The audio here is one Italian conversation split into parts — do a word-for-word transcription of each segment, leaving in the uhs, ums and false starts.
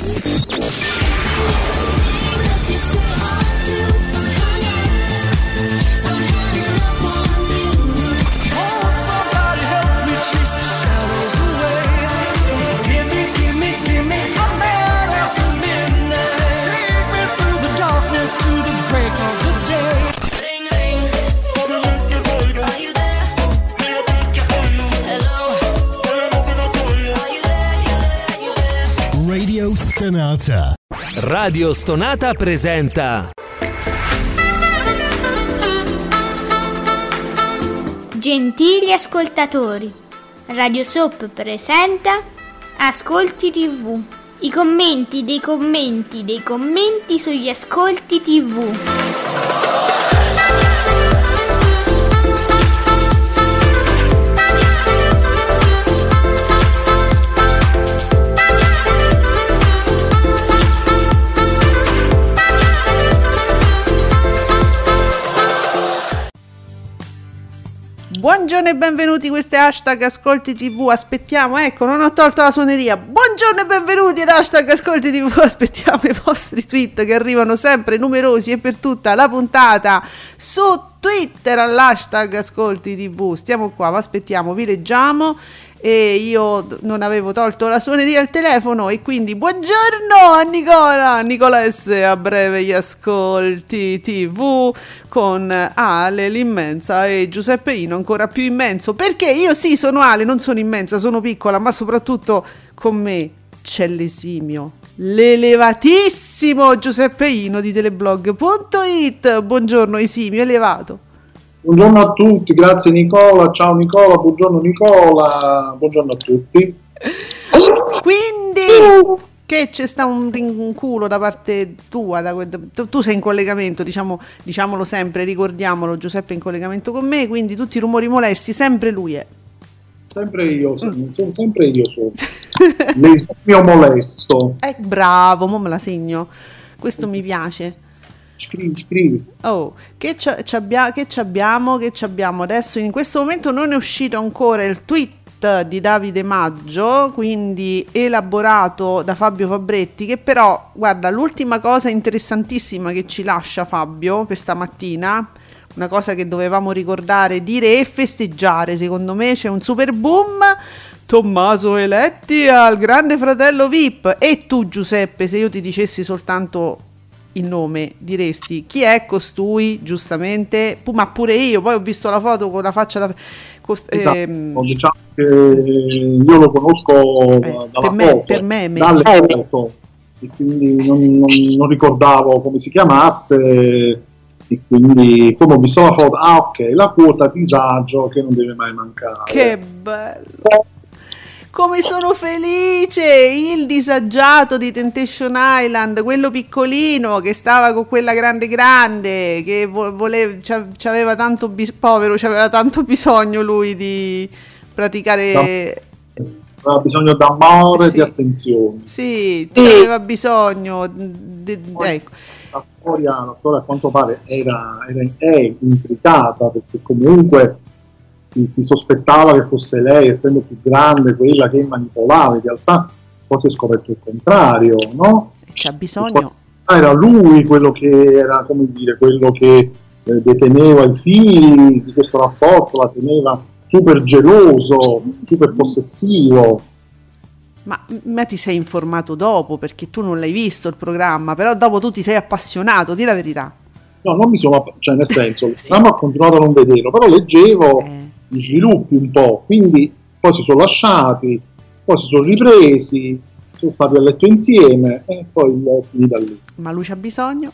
Stonata. Radio Stonata presenta Gentili ascoltatori, Radio Soap presenta Ascolti tivù. I commenti dei commenti dei commenti sugli ascolti tivù. Buongiorno e benvenuti, questo è hashtag Ascolti tivù, aspettiamo, ecco, non ho tolto la suoneria. Buongiorno e benvenuti ad hashtag Ascolti tivù, aspettiamo i vostri tweet che arrivano sempre numerosi e per tutta la puntata su Twitter all'hashtag Ascolti tivù. Stiamo qua, vi aspettiamo, vi leggiamo. E io non avevo tolto la suoneria al telefono e quindi buongiorno a Nicola, Nicola S, a breve gli ascolti tivù con Ale l'immensa e Giuseppe Ino ancora più immenso, perché io sì sono Ale, non sono immensa, sono piccola, ma soprattutto con me c'è l'esimio, l'elevatissimo Giuseppe Ino di teleblog punto it. Buongiorno esimio, elevato. Buongiorno a tutti, grazie Nicola, ciao Nicola, buongiorno Nicola, buongiorno a tutti. Quindi che c'è sta un rinculo da parte tua, da, tu, tu sei in collegamento, diciamo, diciamolo sempre, ricordiamolo, Giuseppe è in collegamento con me, quindi tutti i rumori molesti, sempre lui è. Sempre io, sono, sono sempre io sono. L'esimio molesto. Eh, bravo, mo me la segno, questo mi piace. Scrivi, scrivi. Oh, che ci abbia, che abbiamo, che abbiamo adesso? In questo momento non è uscito ancora il tweet di Davide Maggio, quindi elaborato da Fabio Fabretti, che però, guarda, l'ultima cosa interessantissima che ci lascia Fabio questa mattina, una cosa che dovevamo ricordare, dire e festeggiare, secondo me c'è un super boom. Tommaso Eletti al Grande Fratello V I P. E tu Giuseppe, se io ti dicessi soltanto il nome, diresti chi è costui, giustamente, ma pure io poi ho visto la foto con la faccia da, con, esatto, ehm, diciamo che io lo conosco eh, dalla per me, foto, per me, me. dalle foto, e quindi non, non, non ricordavo come si chiamasse, e quindi come ho visto la foto, ah ok, la quota disagio che non deve mai mancare. Che bello, come sono felice, il disagiato di Temptation Island, quello piccolino che stava con quella grande grande, che voleva, c'aveva tanto bis- povero, c'aveva tanto bisogno lui di praticare, aveva bisogno d'amore e sì, di attenzione. Sì, c'aveva bisogno de, de, ecco. La storia, la storia a quanto pare era, era è intricata, perché comunque Si, si sospettava che fosse lei, essendo più grande, quella che manipolava. In realtà poi si è scoperto il contrario, no? C'ha bisogno. Era lui quello che era, come dire, quello che eh, deteneva i figli di questo rapporto, la teneva super geloso, super possessivo. Ma, ma ti sei informato dopo, perché tu non l'hai visto il programma, però dopo tu ti sei appassionato, di la verità. No, non mi sono, cioè nel senso, il sì. programma ho continuato a non vederlo, però leggevo Eh. gli sviluppi un po', quindi poi si sono lasciati, poi si sono ripresi, sono stati a letto insieme e poi è finita lì. Ma lui c'ha bisogno?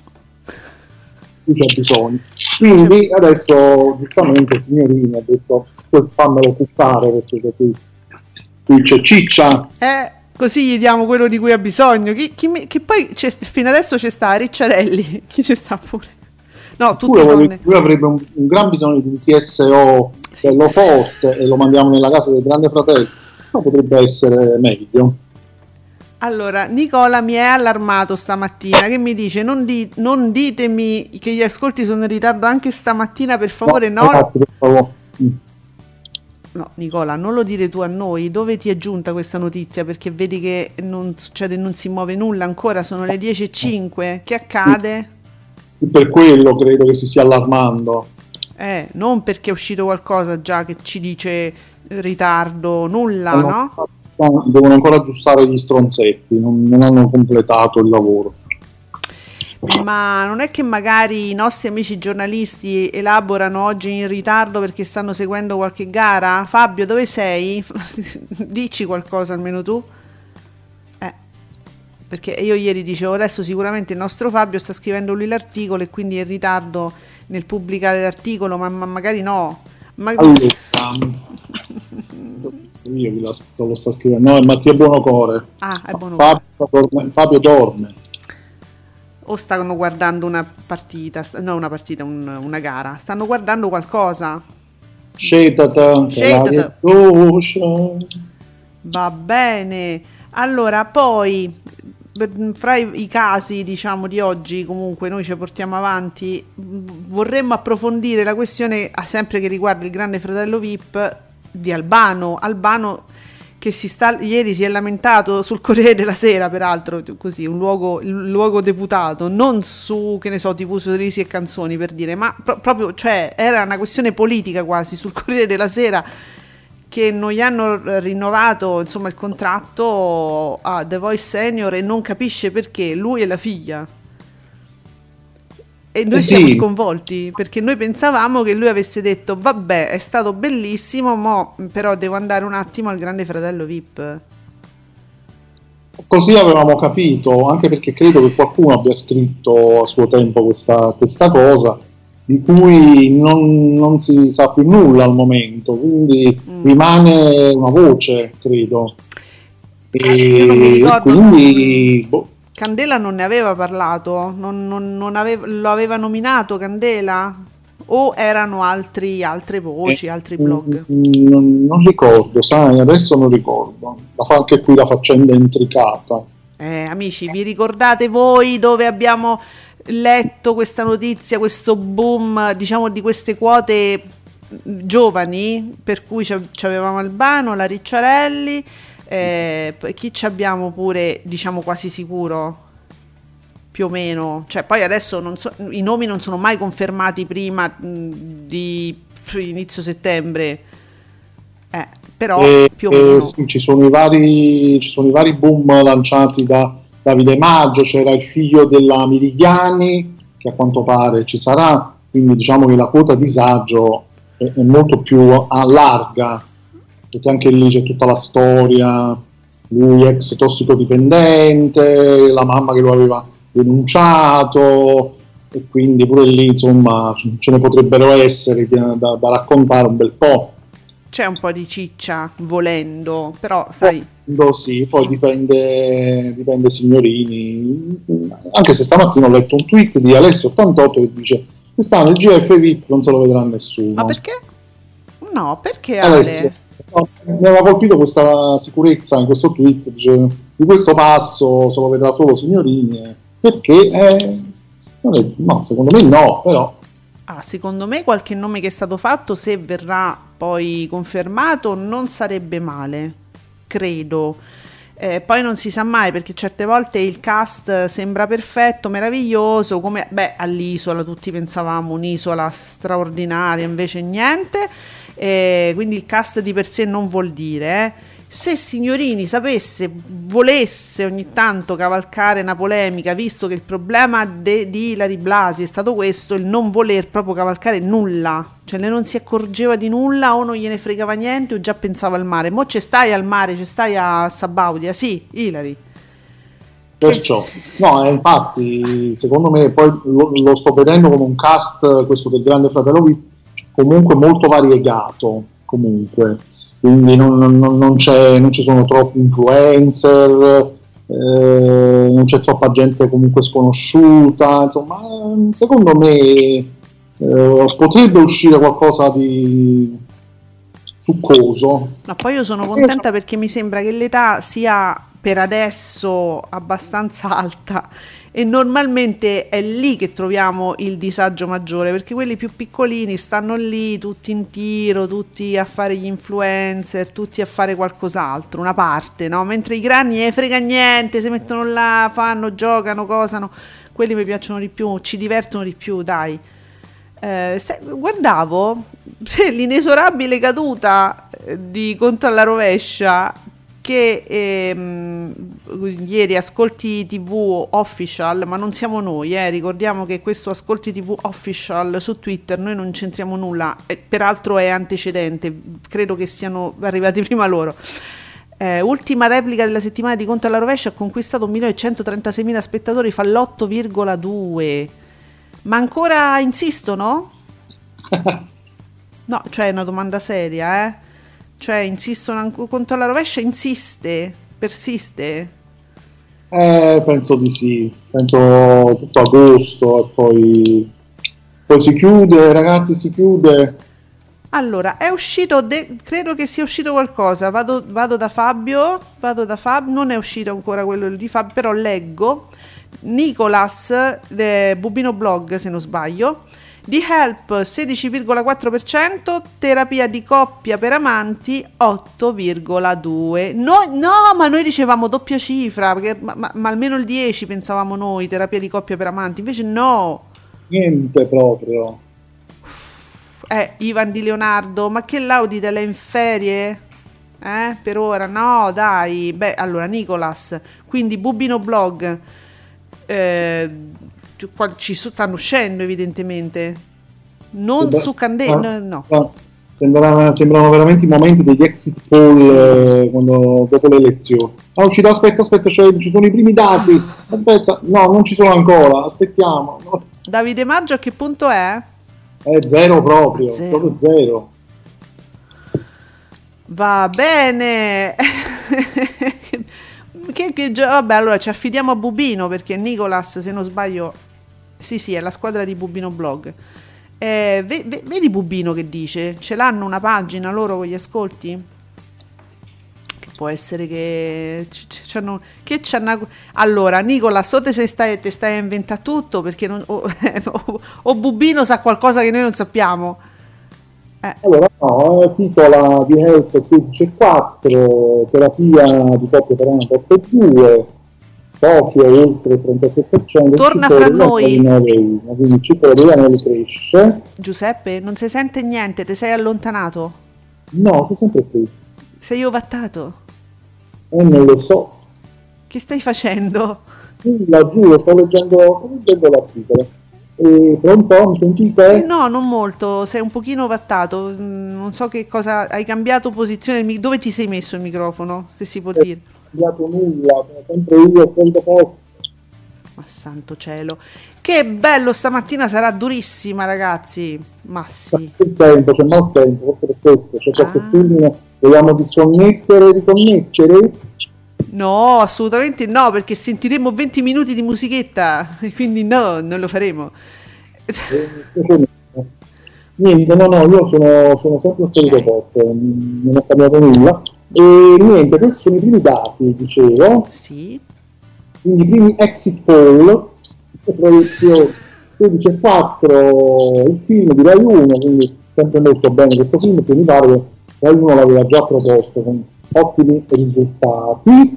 Lui c'ha bisogno. Quindi c'è... adesso giustamente il signorino ha detto fammelo cuffare, perché così qui c'è ciccia. Eh, così gli diamo quello di cui ha bisogno. Chi, chi, che poi c'è, fino adesso c'è sta Ricciarelli, chi c'è sta pure? No, tutte lui, lui avrebbe un, un gran bisogno di un T S O sì. bello forte e lo mandiamo nella casa del Grande Fratello, no, potrebbe essere meglio. Allora, Nicola mi è allarmato stamattina, che mi dice non, di, non ditemi che gli ascolti sono in ritardo anche stamattina, per favore, no. no. Ragazzi, per favore. no, Nicola, non lo dire tu a noi, dove ti è giunta questa notizia? Perché vedi che non succede, non si muove nulla ancora, sono le dieci e cinque, che accade? Per quello credo che si stia allarmando. Eh, non perché è uscito qualcosa già che ci dice ritardo, nulla, no? no? Devono ancora aggiustare gli stronzetti, non, non hanno completato il lavoro. Ma non è che magari i nostri amici giornalisti elaborano oggi in ritardo perché stanno seguendo qualche gara? Fabio, dove sei? Dici qualcosa almeno tu? Eh, perché io ieri dicevo, adesso sicuramente il nostro Fabio sta scrivendo lui l'articolo e quindi è in ritardo nel pubblicare l'articolo, ma, ma magari no. Ma... Allora, io vi la, lo sto scrivendo, no, è Mattia Buonocore. Ah, è Buonocore. Fabio dorme. Fabio dorme. O stanno guardando una partita, no una partita, un, una gara, stanno guardando qualcosa. Scegliete. Va bene. Allora, poi fra i, i casi, diciamo, di oggi, comunque noi ci portiamo avanti, vorremmo approfondire la questione, sempre che riguarda il Grande Fratello V I P di Albano. Albano che si sta, ieri si è lamentato sul Corriere della Sera, peraltro, così, un luogo, il luogo deputato, non su, che ne so, tivù, sorrisi e canzoni, per dire, ma pro- proprio, cioè, era una questione politica quasi, sul Corriere della Sera, che non gli hanno rinnovato, insomma, il contratto a The Voice Senior e non capisce perché, lui e la figlia. E noi eh siamo sì. sconvolti, perché noi pensavamo che lui avesse detto vabbè, è stato bellissimo, mo però devo andare un attimo al Grande Fratello V I P. Così avevamo capito, anche perché credo che qualcuno abbia scritto a suo tempo questa, questa cosa, di cui non, non si sa più nulla al momento, quindi mm. rimane una voce, credo. E io non mi ricordo, quindi... Boh. Candela non ne aveva parlato, non, non, non aveva, lo aveva nominato Candela? O erano altri, altre voci, eh, altri blog? Non, non ricordo, sai, adesso non ricordo. La fa anche qui la faccenda intricata. Eh, amici, vi ricordate voi dove abbiamo letto questa notizia, questo boom, diciamo, di queste quote giovani, per cui c'avevamo Albano, la Ricciarelli, eh, chi ci abbiamo pure, diciamo, quasi sicuro, più o meno, cioè poi adesso non so, i nomi non sono mai confermati prima mh, di inizio settembre, eh, però eh, più o meno eh, sì, ci sono i vari ci sono i vari boom lanciati da Davide Maggio, c'era il figlio della Mirigliani che a quanto pare ci sarà, quindi diciamo che la quota disagio è, è molto più a larga, perché anche lì c'è tutta la storia, lui ex tossicodipendente, la mamma che lo aveva denunciato, e quindi pure lì insomma ce ne potrebbero essere da, da raccontare un bel po'. C'è un po' di ciccia volendo, però sai, oh, sì, poi dipende dipende signorini, anche se stamattina ho letto un tweet di Alessio ottantotto che dice quest'anno il G F V I P non se lo vedrà nessuno. Ma perché? No, perché Alessio, Ale? no, mi aveva colpito questa sicurezza in questo tweet, dice, di questo passo se lo vedrà solo signorini, perché eh, non è, no, secondo me no, però ah, secondo me qualche nome che è stato fatto, se verrà poi confermato, non sarebbe male, credo. Eh, poi non si sa mai, perché certe volte il cast sembra perfetto, meraviglioso, come beh, all'Isola tutti pensavamo un'isola straordinaria, invece niente. Eh, quindi il cast di per sé non vuol dire, eh. Se Signorini sapesse, volesse ogni tanto cavalcare una polemica, visto che il problema de, di Ilary Blasi è stato questo, il non voler proprio cavalcare nulla, cioè lei non si accorgeva di nulla o non gliene fregava niente o già pensava al mare. Mo' ci stai al mare, ci stai a Sabaudia, sì, Ilary. Perciò, che... no, eh, infatti, secondo me poi lo, lo sto vedendo come un cast, questo del Grande Fratello V I P, comunque molto variegato, comunque. Quindi non, non, non, c'è, non ci sono troppi influencer, eh, non c'è troppa gente comunque sconosciuta, insomma, secondo me eh, potrebbe uscire qualcosa di succoso. No, poi io sono contenta perché mi sembra che l'età sia per adesso abbastanza alta, e normalmente è lì che troviamo il disagio maggiore, perché quelli più piccolini stanno lì tutti in tiro, tutti a fare gli influencer, tutti a fare qualcos'altro, una parte, no? Mentre i grandi ne frega niente, si mettono là, fanno, giocano, cosano. Quelli mi piacciono di più, ci divertono di più, dai. Eh, se, guardavo l'inesorabile caduta di Conto alla rovescia, che ehm, ieri Ascolti tivù Official, ma non siamo noi, eh, ricordiamo che questo Ascolti tivù Official su Twitter noi non c'entriamo nulla, e peraltro è antecedente, credo che siano arrivati prima loro. Eh, ultima replica della settimana di Conto alla rovescia, ha conquistato un milione e centotrentaseimila spettatori, fa l'otto virgola due. Ma ancora insistono? No, cioè è una domanda seria, eh? Cioè insistono ancora, Conto alla rovescia insiste, persiste? Eh, penso di sì, penso tutto agosto e poi, poi si chiude, ragazzi, si chiude. Allora, è uscito, de- credo che sia uscito qualcosa, vado, vado da Fabio, vado da Fabio, non è uscito ancora quello di Fabio, però leggo, Nicolas, de Bubino Blog se non sbaglio, di Help sedici virgola quattro per cento, terapia di coppia per amanti otto virgola due. No, no, ma noi dicevamo doppia cifra, perché, ma, ma, ma almeno il dieci pensavamo noi, terapia di coppia per amanti, invece no. Niente proprio. Eh, Ivan di Leonardo, ma che l'audite le in ferie? Eh, per ora, no, dai. Beh, allora, Nicolas, quindi Bubino Blog, eh, ci stanno uscendo evidentemente, non Sembra, su Candela, no. no. Sembrano, sembrano veramente i momenti degli exit poll eh, quando, dopo le elezioni. Ah, uscito, aspetta, aspetta, cioè, ci sono i primi dati, aspetta, no, non ci sono ancora, aspettiamo. No. Davide Maggio a che punto è? È zero proprio, zero. proprio zero. Va bene. che, che, vabbè, allora ci affidiamo a Bubino, perché Nicolas, se non sbaglio, sì sì, è la squadra di Bubino Blog. Eh, ve, ve, vedi Bubino che dice? Ce l'hanno una pagina loro con gli ascolti? Che può essere che c'hanno, che c'hanno. Allora Nicolas, o te sei stai, te stai a inventare tutto, perché non, o, o, o Bubino sa qualcosa che noi non sappiamo. Eh. Allora no, titola di Health sedici virgola quattro, terapia di coppia per amanti otto virgola due, Tokyo oltre il trentasei per cento, torna fra noi, quindi il ciclo degli anelli cresce. Giuseppe, non si sente niente, ti sei allontanato? No, sono sempre qui. Sei ovattato? Eh, non lo so. Che stai facendo? Sì, la giuro, sto leggendo, sto leggendo l'articolo. E pronto? Mi sentite? Eh no, non molto, sei un pochino ovattato, non so che cosa, hai cambiato posizione, dove ti sei messo il microfono, se si può dire? Non ho cambiato nulla, sono sempre io al solito posto. Ma santo cielo, che bello, stamattina sarà durissima, ragazzi. Ma sì, c'è tempo, c'è molto tempo, forse per questo c'è qualche ah. film, vogliamo disconnettere, riconnettere? No, assolutamente no, perché sentiremo venti minuti di musichetta, quindi no, non lo faremo. Eh, niente, no, no, io sono, sono sempre al solito posto, non ho cambiato nulla. E niente, questi sono i primi dati, dicevo. Sì. Quindi i primi exit poll, proiezione sedici virgola quattro, il film di Rai uno, quindi sempre molto bene questo film, che mi pare che Rai uno l'aveva già proposto con ottimi risultati.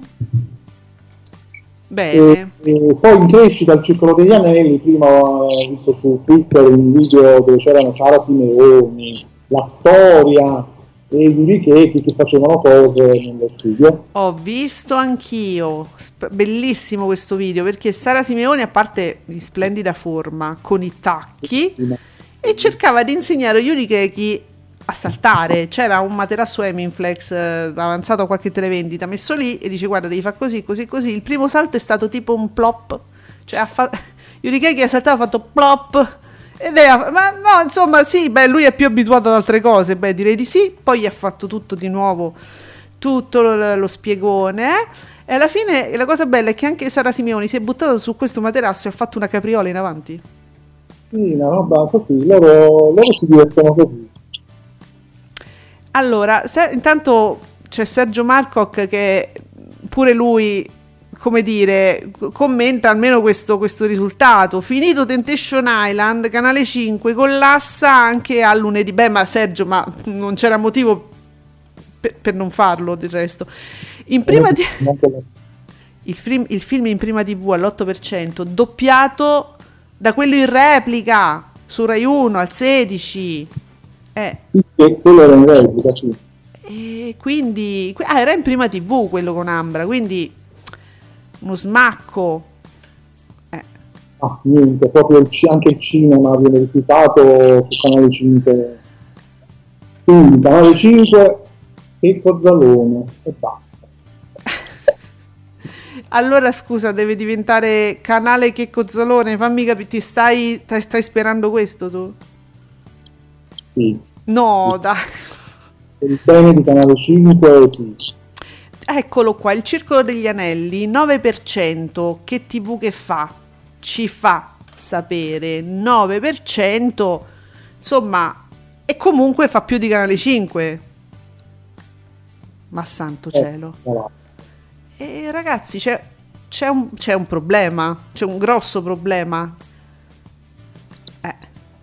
Bene. E, e poi in crescita il Circolo degli Anelli, prima ho visto su Twitter un video dove c'erano Sara Simeoni, la storia e i Richetti che facevano cose nello studio. Ho visto anch'io, Sp- bellissimo questo video, perché Sara Simeoni, a parte in splendida forma con i tacchi, sì, e cercava di insegnare agli Richetti a saltare. C'era un materasso Eminflex eh, avanzato a qualche televendita messo lì e dice guarda devi fare così così così. Il primo salto è stato tipo un plop, cioè ha fa- Yurikeki ha saltato, ha fatto plop e lei ha, ma no insomma sì, beh lui è più abituato ad altre cose, beh direi di sì. Poi ha fatto tutto di nuovo, tutto lo, lo spiegone eh? E alla fine la cosa bella è che anche Sara Simeoni si è buttata su questo materasso e ha fatto una capriola in avanti. Sì, una roba così, loro, loro si divertono così. Allora, se, intanto c'è Sergio Marcoc che pure lui, come dire, commenta almeno questo, questo risultato. Finito Temptation Island, Canale cinque collassa anche a lunedì. Beh, ma Sergio, ma non c'era motivo per, per non farlo, del resto. In prima di... il, film, il film in prima tivù all'otto per cento, doppiato da quello in replica su Rai uno al sedici. Eh. Quello era in replica, sì. E quindi... Ah, era in prima tivù quello con Ambra, quindi... uno smacco. Eh. Ah, niente, proprio il, anche il cinema viene rifiutato su Canale cinque. Quindi Canale cinque e Cozzalone e basta. Allora scusa, deve diventare Canale che Cozzalone, fammi capire, ti stai, stai, stai sperando questo tu? Sì. No, sì. dai. Per il bene di Canale cinque, sì. Eccolo qua, il Circolo degli Anelli, nove per cento, che tivù che fa? Ci fa sapere, nove per cento, insomma, e comunque fa più di Canale cinque. Ma santo cielo. Eh, e ragazzi, c'è, c'è, un, c'è un problema, c'è un grosso problema. Eh.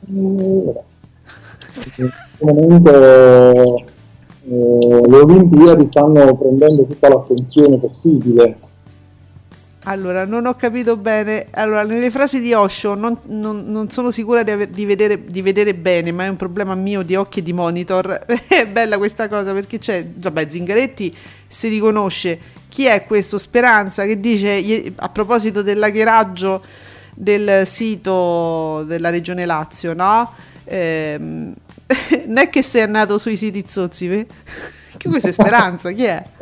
Comunque... Eh, le Olimpiadi stanno prendendo tutta l'attenzione possibile. Allora, non ho capito bene. Allora, nelle frasi di Osho non, non, non sono sicura di, aver, di, vedere, di vedere bene, ma è un problema mio di occhi e di monitor. È bella questa cosa perché c'è, vabbè, Zingaretti si riconosce. Chi è questo? Speranza, che dice a proposito del lagheraggio del sito della Regione Lazio, no? Ehm, non è che sei andato sui siti zozzi, che questa è Speranza, chi è?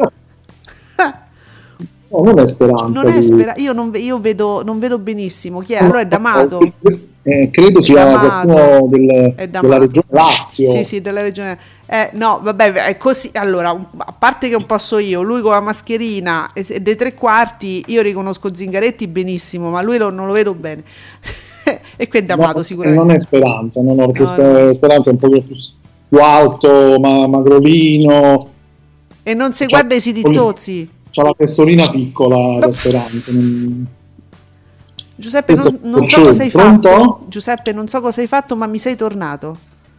No, non è Speranza. Non è Spera- io, non, io vedo, non vedo benissimo chi è. Allora è D'Amato. Eh, credo sia qualcuno del, della Regione Lazio. Sì, sì, della Regione. Eh, no, vabbè, è così. Allora, a parte che un po' so io, lui con la mascherina e, e dei tre quarti, io riconosco Zingaretti benissimo, ma lui lo, non lo vedo bene. E qui è D'Amato, no, sicuramente. Non è Speranza, no, no, perché no, no. Speranza è un po' più, più alto, ma magrolino. E non si guarda i siti zozzi. C'ha la testolina piccola da Speranza. Non... Giuseppe, non, non so cosa hai fatto. Giuseppe, non so cosa hai fatto, ma mi sei tornato.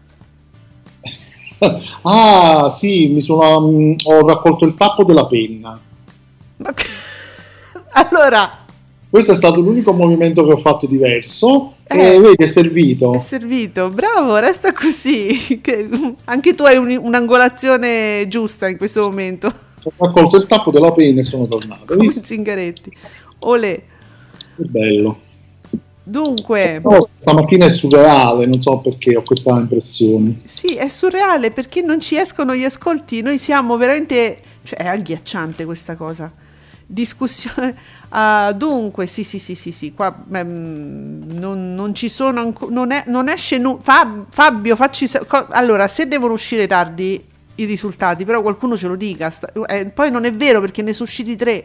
Ah, sì, mi sono, um, ho raccolto il tappo della penna. Allora... Questo è stato l'unico movimento che ho fatto diverso eh, e vedi, è servito. È servito, bravo, resta così. Che anche tu hai un, un'angolazione giusta in questo momento. Ho raccolto il tappo della penna e sono tornato. Come Zingaretti. Olè. Che bello. Dunque... No, stamattina è surreale, non so perché ho questa impressione. Sì, è surreale perché non ci escono gli ascolti. Noi siamo veramente... Cioè, è agghiacciante questa cosa. Discussione... Uh, dunque, sì, sì, sì, sì, sì, qua um, non, non ci sono ancora, non, è, non esce nu- Fab- Fabio, facci sa- co- allora, se devono uscire tardi i risultati, però qualcuno ce lo dica. Sta- eh, poi non è vero perché ne sono usciti tre.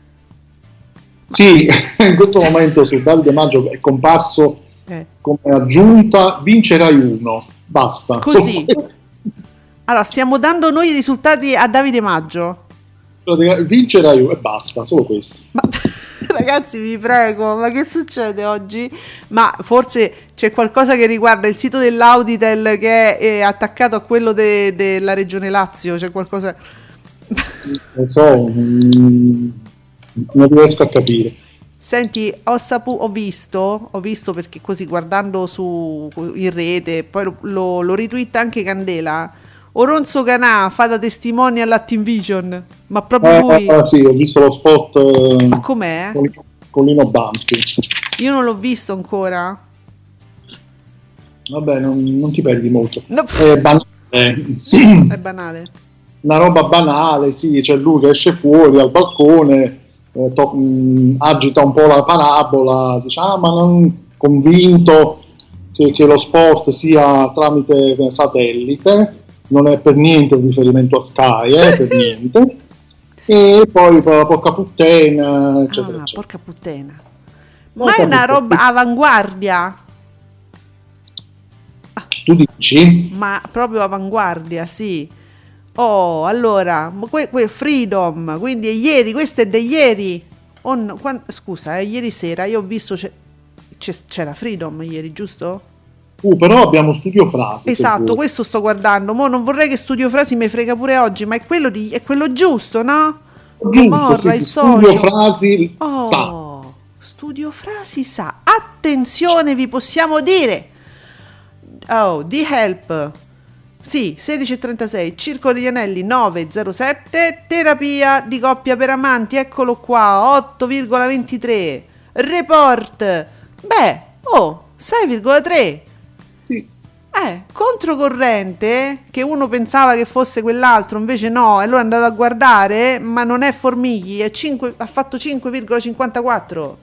Sì, in questo momento su Davide Maggio è comparso eh. come aggiunta, vincerai uno, basta. Così. Allora, stiamo dando noi i risultati a Davide Maggio. Vincerai uno e basta, solo questo. Ma ragazzi, vi prego, ma che succede oggi? Ma forse c'è qualcosa che riguarda il sito dell'Auditel che è, è attaccato a quello de- della Regione Lazio, c'è qualcosa... Non so, non riesco a capire. Senti, ho saputo, ho visto, ho visto perché così guardando su in rete, poi lo, lo, lo retweeta anche Candela. Oronzo Canà fa da testimone all'Activision, ma proprio lui. Ah, sì, ho visto lo spot. Eh, ma com'è? Con, con Lino Banfi. Io non l'ho visto ancora. Vabbè, non, non ti perdi molto. No. È banale. È banale. Una roba banale, sì, c'è lui che esce fuori al balcone, eh, to- mh, agita un po' la parabola, dice, ah, ma non convinto che, che lo sport sia tramite satellite. Non è per niente un riferimento a Sky, eh, per niente. E poi la porca puttana, eccetera, ah, eccetera. Porca puttana. Ma Ma è una roba avanguardia. Tu dici? Ma proprio avanguardia, sì. Oh, allora, que, que, Freedom, quindi è ieri, questo è di ieri. Oh, no, quando, scusa, eh, ieri sera io ho visto c'è, c'è, c'era Freedom ieri, giusto? Uh, però abbiamo Studio Frasi. Esatto, questo sto guardando. Mo non vorrei che Studio Frasi mi frega pure oggi, ma è quello, di, è quello giusto, no? Giusto, Morra, sì, il sì, Studio socio. Frasi Oh, sa. Studio Frasi sa. Attenzione, vi possiamo dire. Oh, The Help. Sì, sedici e trentasei, Circolo degli Anelli nove zero sette, Terapia di coppia per amanti, eccolo qua, otto virgola ventitré, Report, beh, oh, sei virgola tre. Sì. Eh, Controcorrente, che uno pensava che fosse quell'altro, invece no, e allora è andato a guardare, ma non è Formighi, è cinque, ha fatto cinque virgola cinquantaquattro.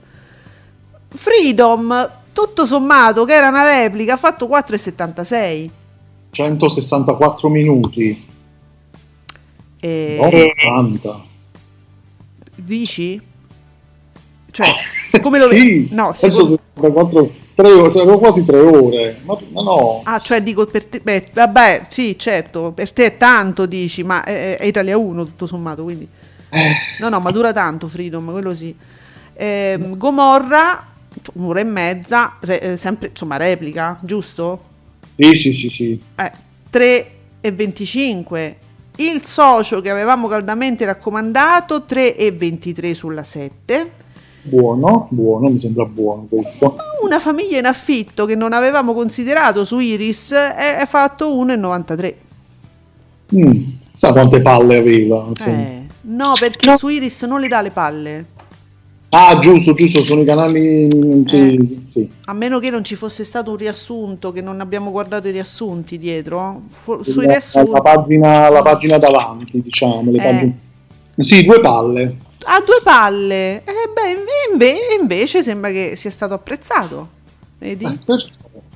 Freedom, tutto sommato, che era una replica, ha fatto quattro virgola settantasei. centosessantaquattro minuti. E... ottanta. Dici? Cioè, come lo sì, vedi? No, secondo... centosessantaquattro, tre ore, cioè, quasi tre ore. Ma, ma no. Ah, cioè dico per te, beh, vabbè, sì, certo, per te è tanto, dici, ma è, è Italia uno tutto sommato, quindi. Eh. No, no, ma dura tanto Freedom, quello sì. Eh, Gomorra, un'ora e mezza, re, eh, sempre, insomma, replica, giusto? Sì, sì, sì, sì. Eh, tre e venticinque. Il socio che avevamo caldamente raccomandato, tre e ventitré sulla sette. Buono, buono, mi sembra buono questo. Una famiglia in affitto che non avevamo considerato su Iris è, è fatto uno e novantatré. Mm, sa quante palle aveva? Eh, no, perché no. Su Iris non le dà le palle. Ah, giusto, giusto, sono i canali. Sì, Eh, sì. A meno che non ci fosse stato un riassunto, che non abbiamo guardato i riassunti dietro. Fu- Sui La, riassunti. la, pagina, la pagina davanti, diciamo. Le Eh. pagine... Sì, due palle. Ha due palle. Eh, beh, inve- inve- invece sembra che sia stato apprezzato. Vedi? Eh, perciò.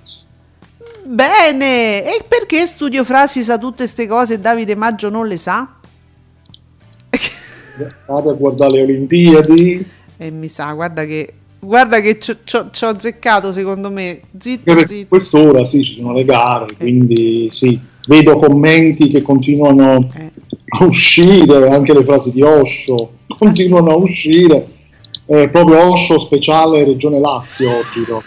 Bene. E perché Studio Frasi sa tutte queste cose e Davide Maggio non le sa? Vado a guardare le Olimpiadi. E mi sa, guarda che guarda che ci ho azzeccato, secondo me. Zitto, Perché per zitto. quest'ora sì, ci sono le gare, quindi sì, vedo commenti che continuano Eh. a uscire, anche le frasi di Osho continuano a uscire. Eh, proprio Osho speciale Regione Lazio oggi. No?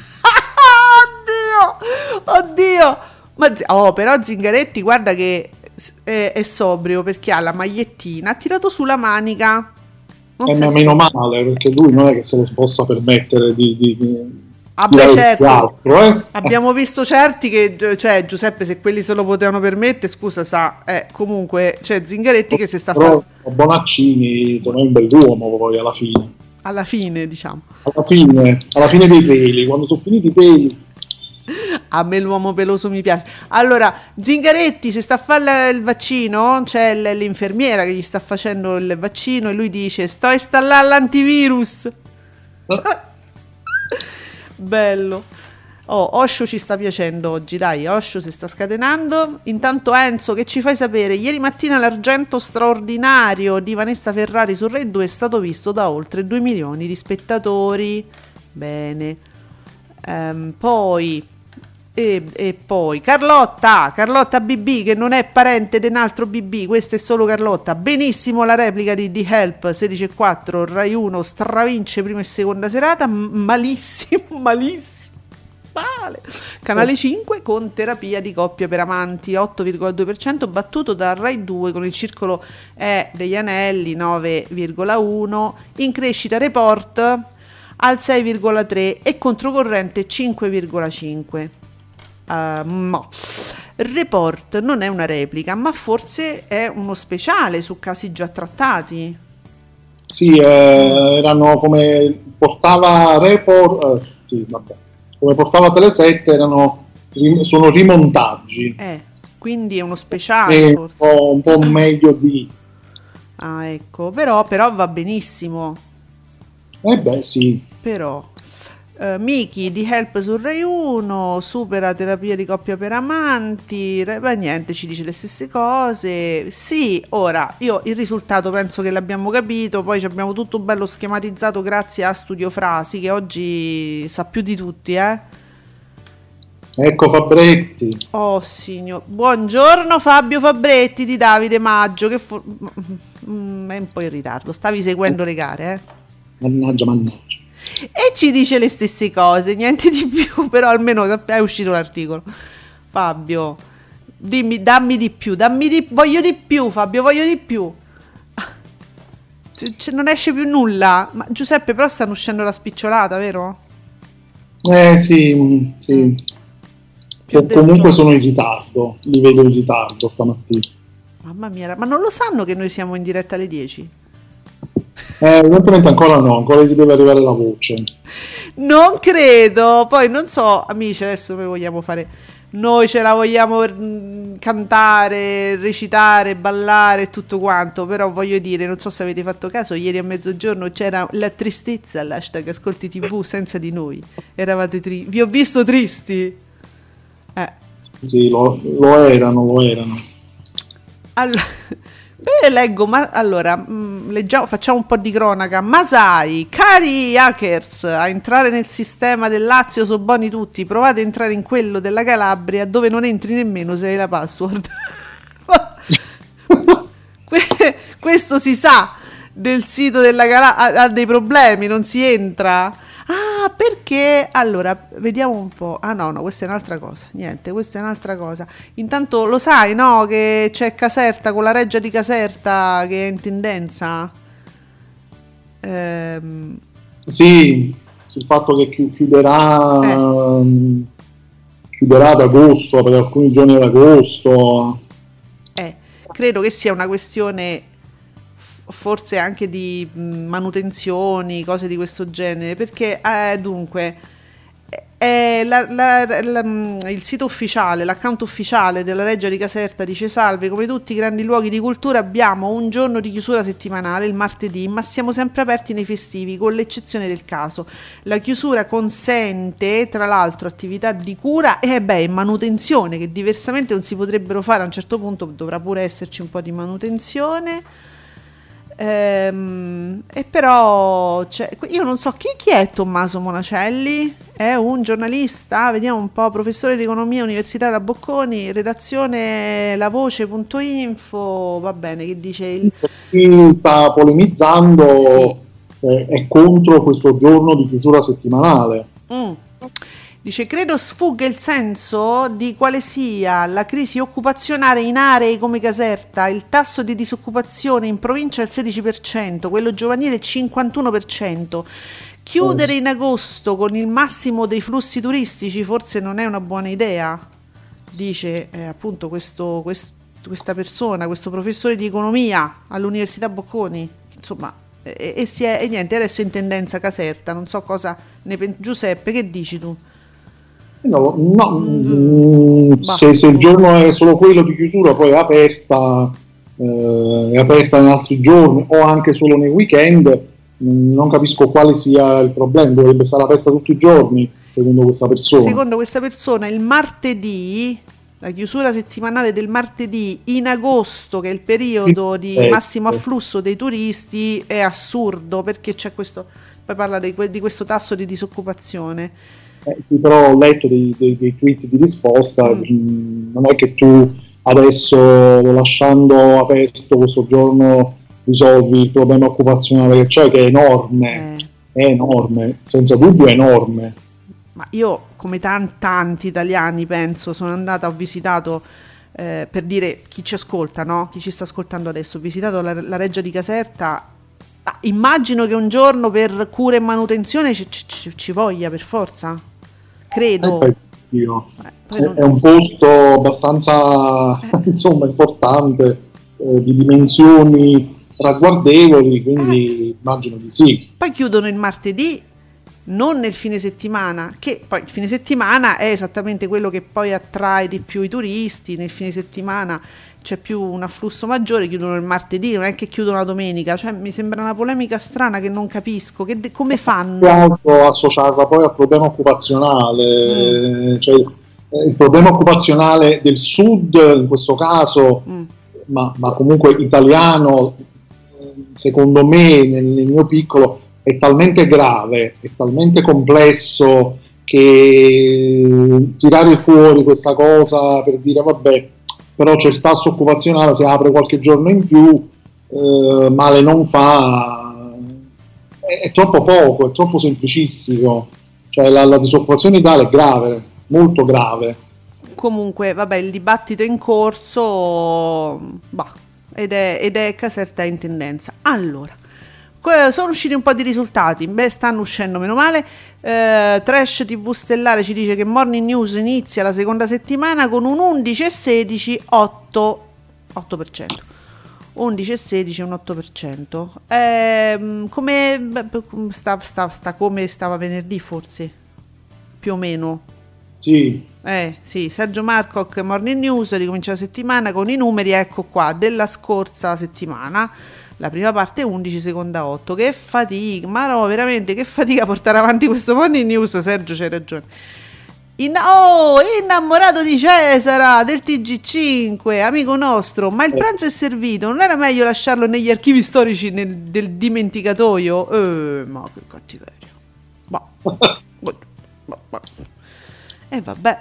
Oddio, oddio. Ma, zi- oh, però Zingaretti, guarda che è, è sobrio perché ha la magliettina, ha tirato su la manica. Non Eh, si ma è meno sp- male, perché lui non è che se lo possa permettere di, di, di Ah, di beh, avere certo. altro, eh? Abbiamo visto certi che, cioè, Giuseppe, se quelli se lo potevano permettere, scusa, sa, eh, comunque, c'è Zingaretti che si sta Però fa- Bonaccini insomma, è un bell'uomo poi alla fine. alla fine, diciamo. Alla fine, alla fine dei peli, quando sono finiti i peli. A me l'uomo peloso mi piace. Allora, Zingaretti, se sta a fare il vaccino, c'è l- l'infermiera che gli sta facendo il vaccino e lui dice: sto a installare l'antivirus. Bello. Oh, Osho ci sta piacendo oggi, dai, Osho si sta scatenando. Intanto Enzo, che ci fai sapere? Ieri mattina l'argento straordinario di Vanessa Ferrari su Rai due è stato visto da oltre due milioni di spettatori. Bene. Ehm, poi e, e poi Carlotta, Carlotta B B, che non è parente di un altro B B, questa è solo Carlotta. Benissimo la replica di The Help sedici e quattro, Rai uno stravince prima e seconda serata, m- malissimo, malissimo. Male. Canale cinque con Terapia di coppia per amanti otto virgola due per cento, battuto da Rai due con Il Circolo è degli Anelli nove virgola uno, in crescita Report al sei virgola tre e Controcorrente cinque virgola cinque. Uh, no. Report non è una replica, ma forse è uno speciale su casi già trattati. Sì, eh, erano come portava Report, eh, sì, vabbè. Come portava Telesette, erano, sono rimontaggi. Eh, quindi è uno speciale, È un forse. po', un po' meglio di... Ah, ecco, però, però va benissimo. Eh beh, sì. Però uh, Miki di Help su Rai uno supera Terapia di coppia per amanti. Re- beh, niente, ci dice le stesse cose. Sì, ora io il risultato penso che l'abbiamo capito. Poi ci abbiamo tutto bello schematizzato grazie a Studio Frasi, che oggi sa più di tutti, eh. Ecco Fabretti. Oh signor, buongiorno Fabio Fabretti di Davide Maggio, che for... mm, è un po' in ritardo, stavi seguendo le gare, eh? Mannaggia, mannaggia. E ci dice le stesse cose, niente di più, però almeno è uscito l'articolo. Fabio, dimmi, dammi di più, dammi di, voglio di più Fabio, voglio di più. C- non esce più nulla. Ma Giuseppe, però stanno uscendo la spicciolata, vero? Eh sì, sì. Mm. O comunque sono in ritardo, li vedo in ritardo stamattina. Mamma mia, ma non lo sanno che noi siamo in diretta alle dieci? Eh, evidentemente ancora no, ancora gli deve arrivare la voce. Non credo, poi non so, amici, adesso noi vogliamo fare, noi ce la vogliamo mh, cantare, recitare, ballare e tutto quanto, però voglio dire, non so se avete fatto caso, ieri a mezzogiorno c'era la tristezza all'hashtag Ascolti tivù senza di noi, eravate tristi, vi ho visto tristi. Eh. Sì, sì lo, lo erano, lo erano. Allora, beh, leggo, ma allora, mh, leggiamo, facciamo un po' di cronaca. Masai, cari hackers, a entrare nel sistema del Lazio sono buoni tutti, provate a entrare in quello della Calabria dove non entri nemmeno se hai la password. que- questo si sa, del sito della Calabria ha, ha dei problemi, non si entra. Ah, perché? Allora, vediamo un po'. Ah no, no, questa è un'altra cosa. Niente, questa è un'altra cosa. Intanto lo sai, no? Che c'è Caserta con la Reggia di Caserta che è in tendenza? Ehm... Sì, sul fatto che chi- chiuderà, Eh. chiuderà ad agosto, per alcuni giorni ad agosto. Eh, credo che sia una questione forse anche di manutenzioni, cose di questo genere, perché eh, dunque eh, la, la, la, il sito ufficiale, l'account ufficiale della Reggia di Caserta dice: salve, come tutti i grandi luoghi di cultura abbiamo un giorno di chiusura settimanale, il martedì, ma siamo sempre aperti nei festivi con l'eccezione del caso. La chiusura consente tra l'altro attività di cura e beh, manutenzione che diversamente non si potrebbero fare. A un certo punto dovrà pure esserci un po' di manutenzione. Ehm, e però cioè, io non so chi, chi è Tommaso Monacelli, è un giornalista, vediamo un po', professore di economia universitaria Bocconi, redazione lavoce punto info, va bene, che dice il... Chi sta polemizzando Sì. eh, è contro questo giorno di chiusura settimanale. Mm. Dice: credo sfugga il senso di quale sia la crisi occupazionale in aree come Caserta. Il tasso di disoccupazione in provincia è il sedici per cento, quello giovanile il cinquantuno per cento. Chiudere in agosto con il massimo dei flussi turistici forse non è una buona idea, dice eh, appunto questo, questo, questa persona, questo professore di economia all'Università Bocconi. Insomma, e, e, si è, e niente, adesso è in tendenza Caserta, non so cosa ne pensi. Giuseppe, che dici tu? No, no, mm, se, se il giorno è solo quello di chiusura, poi è aperta, eh, è aperta in altri giorni o anche solo nei weekend, mh, non capisco quale sia il problema. Dovrebbe stare aperta tutti i giorni, secondo questa persona. Secondo questa persona, il martedì, la chiusura settimanale del martedì in agosto, che è il periodo di Eh, massimo eh. afflusso dei turisti, è assurdo perché c'è questo. Poi parla di, que- di questo tasso di disoccupazione. Eh, sì, però ho letto dei, dei, dei tweet di risposta, Mm. mh, non è che tu adesso, lasciando aperto questo giorno, risolvi il problema occupazionale che c'è, che è enorme, Eh. è enorme, senza dubbio è enorme. Ma io, come tan- tanti italiani, penso, sono andata, ho visitato, eh, per dire chi ci ascolta, no? Chi ci sta ascoltando adesso, ho visitato la, la Reggia di Caserta. Ah, immagino che un giorno per cura e manutenzione ci, ci- ci- ci voglia per forza, credo. Eh, poi, io- Eh, poi è, non- è un posto abbastanza insomma importante, eh, di dimensioni ragguardevoli, quindi immagino di sì. Poi chiudono il martedì, non nel fine settimana, che poi il fine settimana è esattamente quello che poi attrae di più i turisti. Nel fine settimana c'è più un afflusso maggiore, chiudono il martedì, non è che chiudono la domenica. Cioè, mi sembra una polemica strana che non capisco, che de- come Più fanno? altro associarla poi al problema occupazionale, cioè eh, il problema occupazionale del sud in questo caso, Mm. ma, ma comunque italiano, eh, secondo me nel, nel mio piccolo è talmente grave, è talmente complesso che tirare fuori questa cosa per dire vabbè, però c'è il tasso occupazionale, se apre qualche giorno in più, eh, male non fa, è, è troppo poco, è troppo semplicistico, cioè la, la disoccupazione in Italia è grave, molto grave. Comunque, vabbè, il dibattito è in corso, bah, ed è, ed è caserta in tendenza. Allora, sono usciti un po' di risultati, beh, stanno uscendo meno male. eh, Trash tivù Stellare ci dice che Morning News inizia la seconda settimana con un undici e sedici, otto per cento. undici e sedici, un otto per cento. Eh, come sta, sta, sta come stava venerdì forse, più o meno. Sì. Eh sì, Sergio Marcoc, Morning News, ricomincia la settimana con i numeri, ecco qua, della scorsa settimana. La prima parte undici, seconda otto. Che fatica, ma no, veramente, che fatica portare avanti questo Morning News, Sergio, c'hai ragione. In- oh, innamorato di Cesara, del T G cinque, amico nostro, ma il pranzo è servito, non era meglio lasciarlo negli archivi storici nel, del dimenticatoio? Eh, ma che cattiveria. Bah. bah, bah, bah. E vabbè,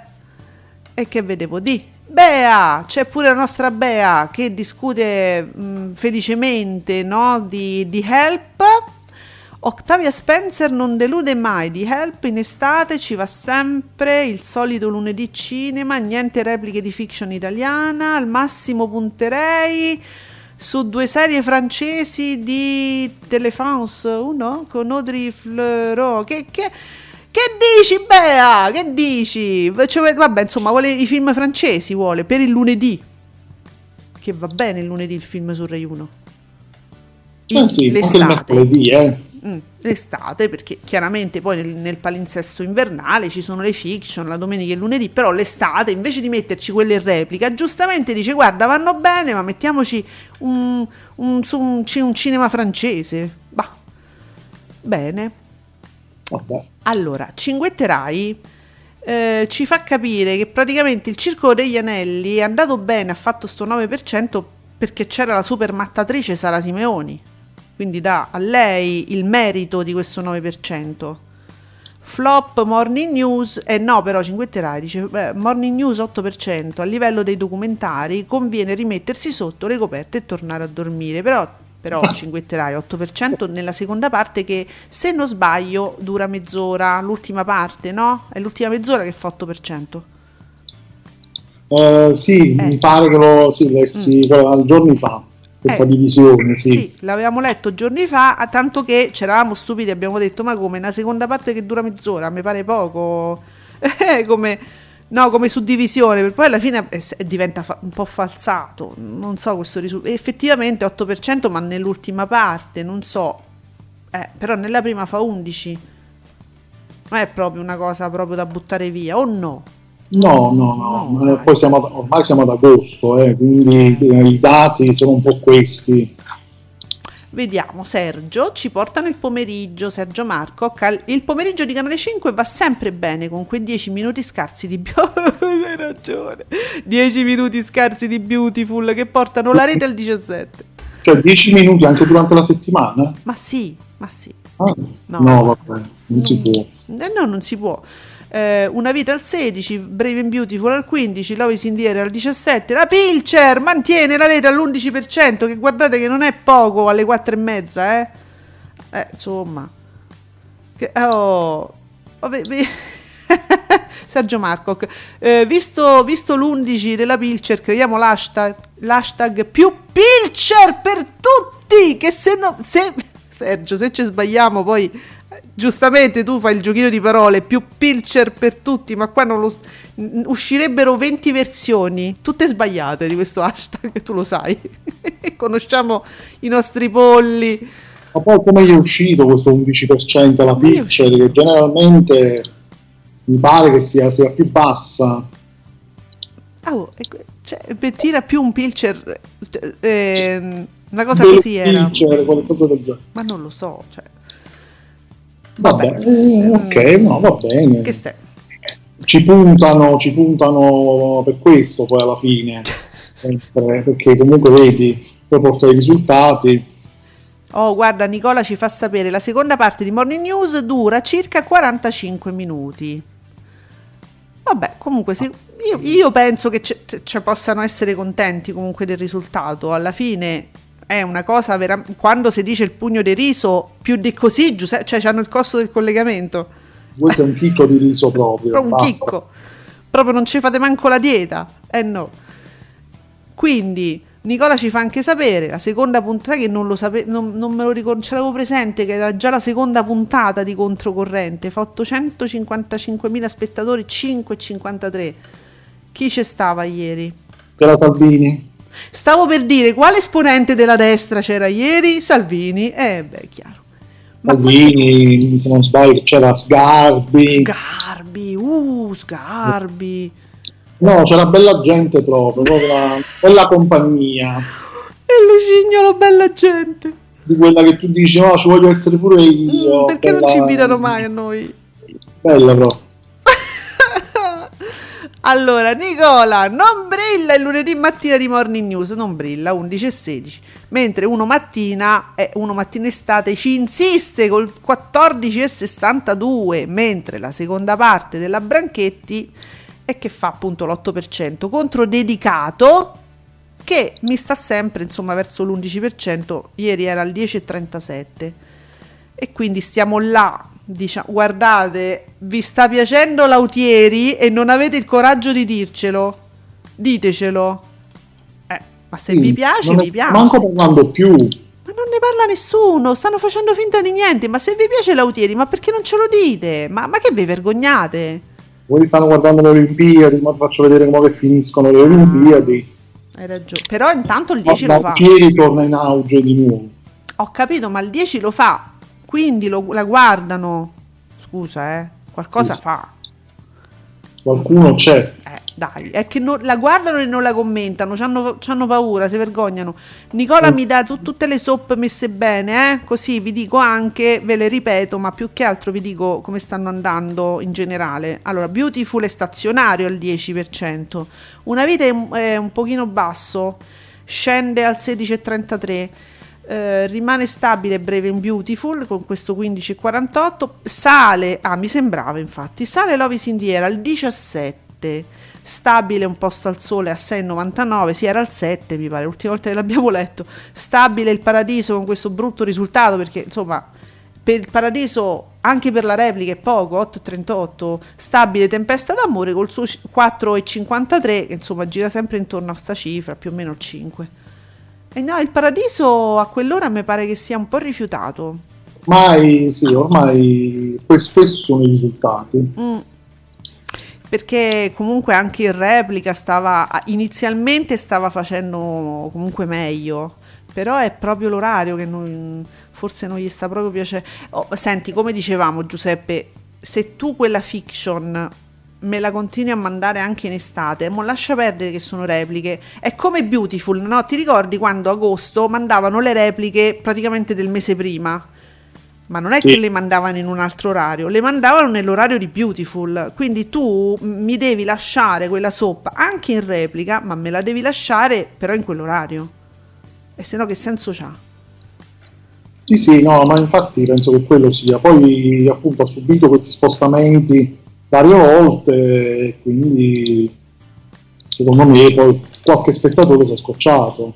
e che vedevo di Bea, c'è pure la nostra Bea che discute mh, felicemente, no, di, di Help. Octavia Spencer non delude mai, di Help in estate ci va sempre, il solito lunedì cinema, niente repliche di fiction italiana, al massimo punterei su due serie francesi di Telefrance, uno con Audrey Fleurot, che... che Che dici, Bea? Che dici? Cioè, vabbè, insomma, vuole i film francesi, vuole, per il lunedì. Che va bene il lunedì il film su Rai uno. Il, eh sì, l'estate. Anche il mercoledì, eh. Mm, l'estate, perché chiaramente poi nel, nel palinsesto invernale ci sono le fiction, la domenica e il lunedì, però l'estate, invece di metterci quelle in replica, giustamente dice, guarda, vanno bene, ma mettiamoci un, un, su un, un cinema francese. Bah, bene. Vabbè. Allora, Cinguetterai eh, ci fa capire che praticamente il Circolo degli Anelli è andato bene, ha fatto sto nove per cento perché c'era la super mattatrice Sara Simeoni, quindi dà a lei il merito di questo nove per cento. Flop Morning News, eh no però Cinguetterai dice beh, Morning News otto per cento, a livello dei documentari conviene rimettersi sotto le coperte e tornare a dormire, però però Cinguetterai otto per cento nella seconda parte che, se non sbaglio, dura mezz'ora, l'ultima parte, no? È l'ultima mezz'ora che fa otto per cento. Uh, sì, eh. mi pare che lo sì, lessi mm. giorni fa, questa eh. divisione, sì. Sì, l'avevamo letto giorni fa, tanto che c'eravamo stupidi, abbiamo detto, ma come, una seconda parte che dura mezz'ora, mi pare poco, eh, come... No, come suddivisione, per poi alla fine è, è, diventa fa- un po' falsato, non so questo risultato, effettivamente otto per cento ma nell'ultima parte, non so, eh, però nella prima fa undici, non è proprio una cosa proprio da buttare via, o no? No, no, no, no eh, poi siamo ad, ormai siamo ad agosto, eh, quindi eh, i dati sono un po' questi. Vediamo, Sergio ci porta nel pomeriggio, Sergio Marco, il pomeriggio di Canale cinque va sempre bene con quei dieci minuti scarsi di hai ragione, dieci minuti scarsi di Beautiful che portano la rete al diciassette. Cioè dieci minuti anche durante la settimana? Ma sì, ma sì. Ah, no, no, vabbè, non mm, si può. Eh, no, non si può. Eh, Una vita al sedici, Brave and Beautiful al quindici, Love is in the Air al diciassette, la Pilcher mantiene la rete all'undici per cento, che guardate che non è poco alle quattro e mezza, eh, eh insomma che, oh, vabbè, Sergio Marco, eh, visto, visto l'undici della Pilcher, creiamo l'hashtag, l'hashtag più Pilcher per tutti, che se no, se, Sergio, se ci sbagliamo poi giustamente tu fai il giochino di parole, più Pilcher per tutti, ma qua non lo uscirebbero venti versioni tutte sbagliate di questo hashtag, tu lo sai. Conosciamo i nostri polli. Ma poi come gli è uscito questo undici per cento alla Pilcher, che generalmente mi pare che sia, sia più bassa. Oh, cioè, tira più un Pilcher, eh, una cosa del così Pilcher, era qualcosa del genere. Ma non lo so, cioè vabbè, vabbè. ok, no, va bene. Che stai? Ci puntano, ci puntano per questo poi alla fine, perché comunque vedi, poi porta i risultati. Oh, guarda, Nicola ci fa sapere, la seconda parte di Morning News dura circa quarantacinque minuti. Vabbè, comunque sì, io, io penso che ci possano essere contenti comunque del risultato. Alla fine è una cosa vera, quando si dice il pugno di riso, più di così, Giuseppe, cioè c'hanno il costo del collegamento. Voi sei un chicco di riso proprio. Proprio un basta. chicco. Proprio non ci fate manco la dieta. Eh no. Quindi Nicola ci fa anche sapere la seconda puntata, che non lo sapevo, non, non me lo ricordo, ce l'avevo presente che era già la seconda puntata di Controcorrente, fa ottocentocinquantacinquemila spettatori, cinque virgola cinquantatré. Chi ci stava ieri? C'era Salvini. Stavo per dire, quale esponente della destra c'era ieri? Salvini. Eh beh, chiaro. Ma Salvini, ma... se non sbaglio c'era Sgarbi. Sgarbi, uh, Sgarbi. No, c'era bella gente proprio, proprio la, bella compagnia. E Lucignolo, bella gente. Di quella che tu dici, no, ci voglio essere pure io. Mm, perché bella... non ci invitano mai a noi? Bella però. Allora, Nicola, non brilla il lunedì mattina di Morning News, non brilla, undici e sedici. Mentre uno mattina, eh, uno mattina estate ci insiste col quattordici e sessantadue, mentre la seconda parte della Branchetti e che fa appunto l'otto per cento contro Dedicato, che mi sta sempre insomma verso l'undici per cento, ieri era al dieci virgola trentasette, e quindi stiamo là, diciamo, guardate, vi sta piacendo Lautieri e non avete il coraggio di dircelo, ditecelo, eh, ma se sì, vi piace vi piace, manco parlando più, ma non ne parla nessuno, stanno facendo finta di niente. Ma se vi piace Lautieri, ma perché non ce lo dite? Ma, ma che vi vergognate? Voi stanno guardando le Olimpiadi, ma faccio vedere come finiscono le Olimpiadi. Hai ragione, però intanto il dieci ma, lo fa. Ieri torna in auge di nuovo. Ho capito, ma il dieci lo fa, quindi lo, la guardano. Scusa, eh, qualcosa sì, fa. Qualcuno c'è. Eh, dai, è che non, la guardano e non la commentano, c'hanno, c'hanno paura, si vergognano. Nicola mm. mi dà tu, tutte le soap messe bene, eh? Così vi dico anche, ve le ripeto, ma più che altro vi dico come stanno andando in generale. Allora, Beautiful è stazionario al dieci per cento, Una vita è un, è un pochino basso, scende al sedici virgola trentatré, eh, rimane stabile Brave and Beautiful con questo quindici virgola quarantotto, sale, ah mi sembrava infatti, sale Love is in the Air al diciassette, stabile Un posto al sole a sei virgola novantanove, si era al sette mi pare, l'ultima volta che l'abbiamo letto, stabile Il Paradiso con questo brutto risultato, perché insomma per Il Paradiso anche per la replica è poco, otto virgola trentotto, stabile Tempesta d'amore col suo quattro virgola cinquantatré, che insomma gira sempre intorno a sta cifra, più o meno il cinque. E no, Il Paradiso a quell'ora mi pare che sia un po' rifiutato. Ormai sì, ormai questi sono i risultati. Mm. Perché comunque anche in replica stava, inizialmente stava facendo comunque meglio, però è proprio l'orario che non, forse non gli sta proprio piacendo. Oh, senti, come dicevamo Giuseppe, se tu quella fiction me la continui a mandare anche in estate, mo lascia perdere che sono repliche, è come Beautiful, no? Ti ricordi quando agosto mandavano le repliche praticamente del mese prima? Ma non è sì. che le mandavano in un altro orario, le mandavano nell'orario di Beautiful, quindi tu mi devi lasciare quella soap anche in replica, ma me la devi lasciare però in quell'orario, e se no che senso c'ha? Sì sì, no, ma infatti penso che quello sia, poi appunto ha subito questi spostamenti varie volte, quindi secondo me poi qualche spettatore si è scocciato.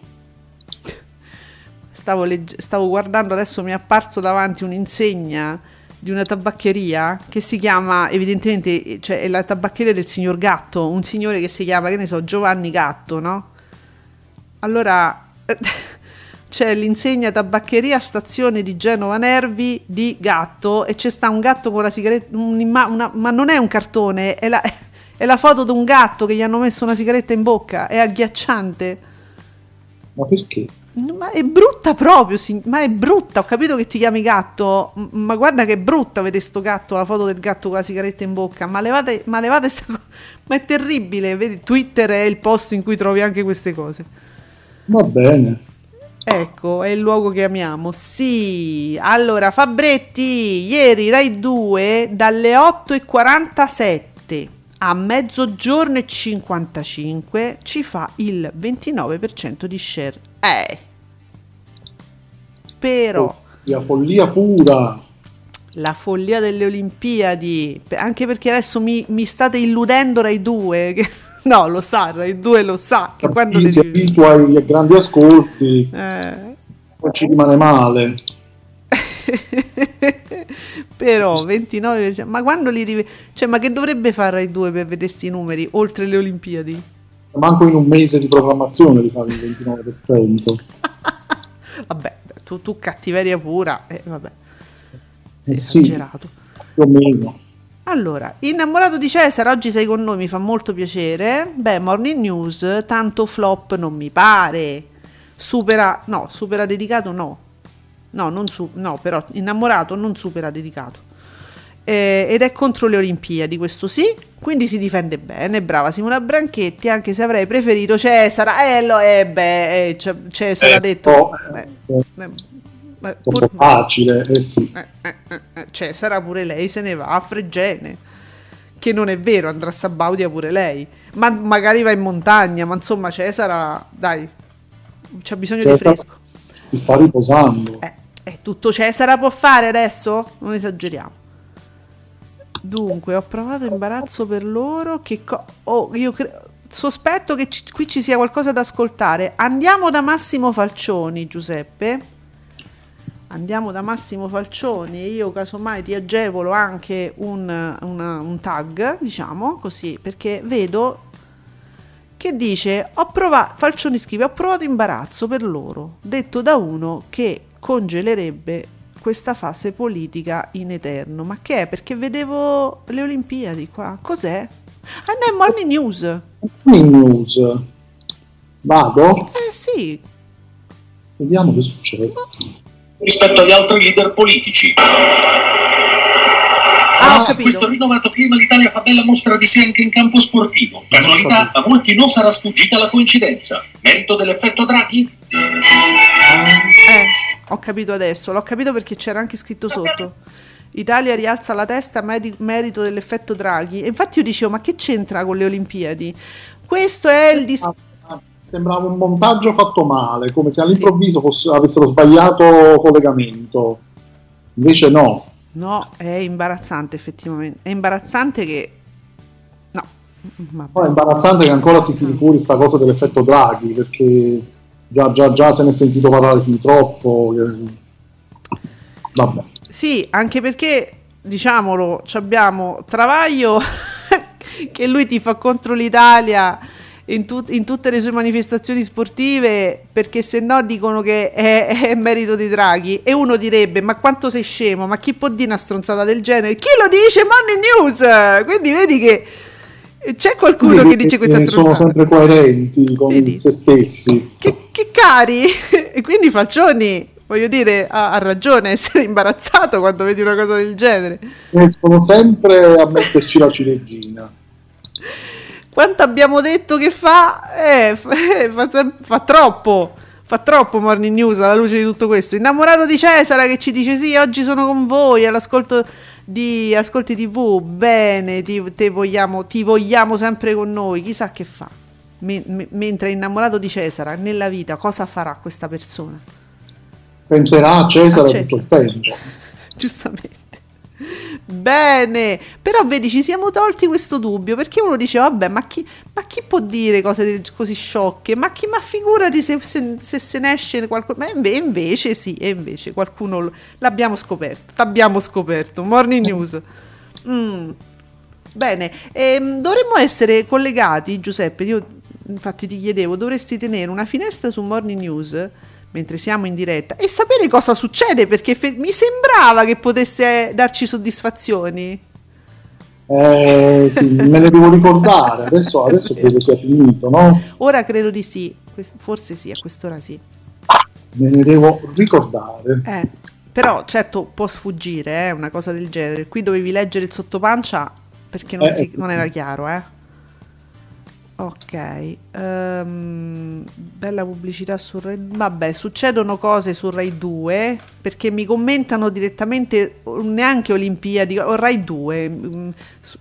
Stavo, legge- stavo guardando, adesso mi è apparso davanti un'insegna di una tabaccheria che si chiama, evidentemente, cioè è la tabaccheria del signor Gatto, un signore che si chiama, che ne so, Giovanni Gatto, no? Allora c'è l'insegna tabaccheria stazione di Genova Nervi di Gatto, e c'è sta un gatto con la sigaretta, una, ma non è un cartone, è la, è la foto di un gatto che gli hanno messo una sigaretta in bocca, è agghiacciante. Ma perché? Ma è brutta proprio, sì, ma è brutta, ho capito che ti chiami Gatto, ma guarda che è brutta vedere sto gatto, la foto del gatto con la sigaretta in bocca, ma levate, ma levate sta cosa, ma è terribile, vedi, Twitter è il posto in cui trovi anche queste cose. Va bene. Ecco, è il luogo che amiamo. Sì, allora Fabretti, ieri Rai due dalle otto e quarantasette a mezzogiorno e cinquantacinque ci fa il ventinove per cento di share. Eh. Però follia, follia pura. La follia delle Olimpiadi, anche perché adesso mi, mi state illudendo Rai due, che, no, lo sa, Rai due lo sa, che quando si le... abitua ai grandi ascolti, eh. non ci rimane male. Però ventinove per cento, ma quando li rive... cioè, ma che dovrebbe fare Rai due per vedere sti numeri, oltre le Olimpiadi? Manco in un mese di programmazione li fa il ventinove per cento. Vabbè, tu, tu cattiveria pura, eh, vabbè. Eh esagerato. Sì, più o meno. Allora, innamorato di Cesare, oggi sei con noi, mi fa molto piacere. Beh, Morning News, tanto flop non mi pare. Supera, no, supera dedicato no. No, non su, no, però innamorato non supera dedicato. Eh, ed è contro le Olimpiadi, questo sì, quindi si difende bene, brava Simona Branchetti, anche se avrei preferito Cesare. Eh, lo è, beh, eh, c- Cesare eh, ha detto... Oh, eh, cioè, eh, è troppo facile, eh sì. Eh, eh, eh, cioè, sarà pure lei, se ne va a Fregene, che non è vero, andrà a Sabaudia pure lei, ma magari va in montagna, ma insomma Cesara, dai, c'ha bisogno Cesara di fresco, si sta riposando, eh, eh, tutto Cesara può fare adesso, non esageriamo. Dunque, ho provato imbarazzo per loro, che co- oh, io cre- sospetto che ci- qui ci sia qualcosa da ascoltare. Andiamo da Massimo Falcioni, Giuseppe. Andiamo da Massimo Falcioni e io casomai ti agevolo anche un, una, un tag, diciamo così, perché vedo che dice, ho provato, Falcioni scrive, ho provato imbarazzo per loro, detto da uno che congelerebbe questa fase politica in eterno. Ma che è? Perché vedevo le Olimpiadi qua, cos'è? Ah no, è Morning News. Morning News, vado? Eh sì. Vediamo che succede. Rispetto agli altri leader politici. Ah, ho capito. Questo rinnovato clima l'Italia fa bella mostra di sé anche in campo sportivo. Casualità, a molti non sarà sfuggita la coincidenza. Merito dell'effetto Draghi? Eh, ho capito adesso, l'ho capito perché c'era anche scritto sotto. Italia rialza la testa, medi- merito dell'effetto Draghi. E infatti io dicevo, ma che c'entra con le Olimpiadi? Questo è il discorso. Sembrava un montaggio fatto male, come se all'improvviso fosse, avessero sbagliato collegamento. Invece no. No, è imbarazzante effettivamente. È imbarazzante che... No. no è imbarazzante che ancora si tiri fuori sta cosa dell'effetto Draghi, sì. Perché già, già, già se ne è sentito parlare fin troppo. Vabbè. Sì, anche perché, diciamolo, abbiamo Travaglio che lui tifa contro l'Italia In, tut- in tutte le sue manifestazioni sportive, perché se no dicono che è, è merito di Draghi, e uno direbbe, ma quanto sei scemo, ma chi può dire una stronzata del genere? Chi lo dice? Morning News! Quindi vedi che c'è qualcuno Quindi, che dice questa stronzata. Sono sempre coerenti con vedi? Se stessi. Che, che cari! E quindi Falcioni, voglio dire, ha, ha ragione a essere imbarazzato quando vedi una cosa del genere. Escono sempre a metterci la ciliegina. Quanto abbiamo detto che fa? Eh, fa, fa, fa troppo, fa troppo Morning News alla luce di tutto questo. Innamorato di Cesare che ci dice sì, oggi sono con voi all'ascolto di Ascolti tivù, bene, ti, te vogliamo, ti vogliamo sempre con noi, chissà che fa. Me, me, mentre è innamorato di Cesare, nella vita cosa farà questa persona? Penserà a Cesare, a Cesare. Tutto il tempo. Giustamente. Bene, però vedi, ci siamo tolti questo dubbio, perché uno dice vabbè, ma chi, ma chi può dire cose così sciocche, ma chi, ma figurati se se, se se ne esce qualcuno, ma inve, invece sì, e invece qualcuno l'abbiamo scoperto, l'abbiamo scoperto. Morning News. Mm. Bene, ehm, dovremmo essere collegati, Giuseppe, io infatti ti chiedevo, dovresti tenere una finestra su Morning News mentre siamo in diretta e sapere cosa succede, perché fe- mi sembrava che potesse darci soddisfazioni. Eh, sì, me ne devo ricordare, adesso, adesso credo sia finito, no? Ora credo di sì, forse sì, a quest'ora sì. Me ne devo ricordare. Eh, però certo può sfuggire eh, una cosa del genere, qui dovevi leggere il sottopancia perché non, eh, si, non era chiaro, eh. Ok, um, bella pubblicità su Rai, vabbè, succedono cose su Rai due perché mi commentano direttamente, neanche Olimpiadi o Rai due,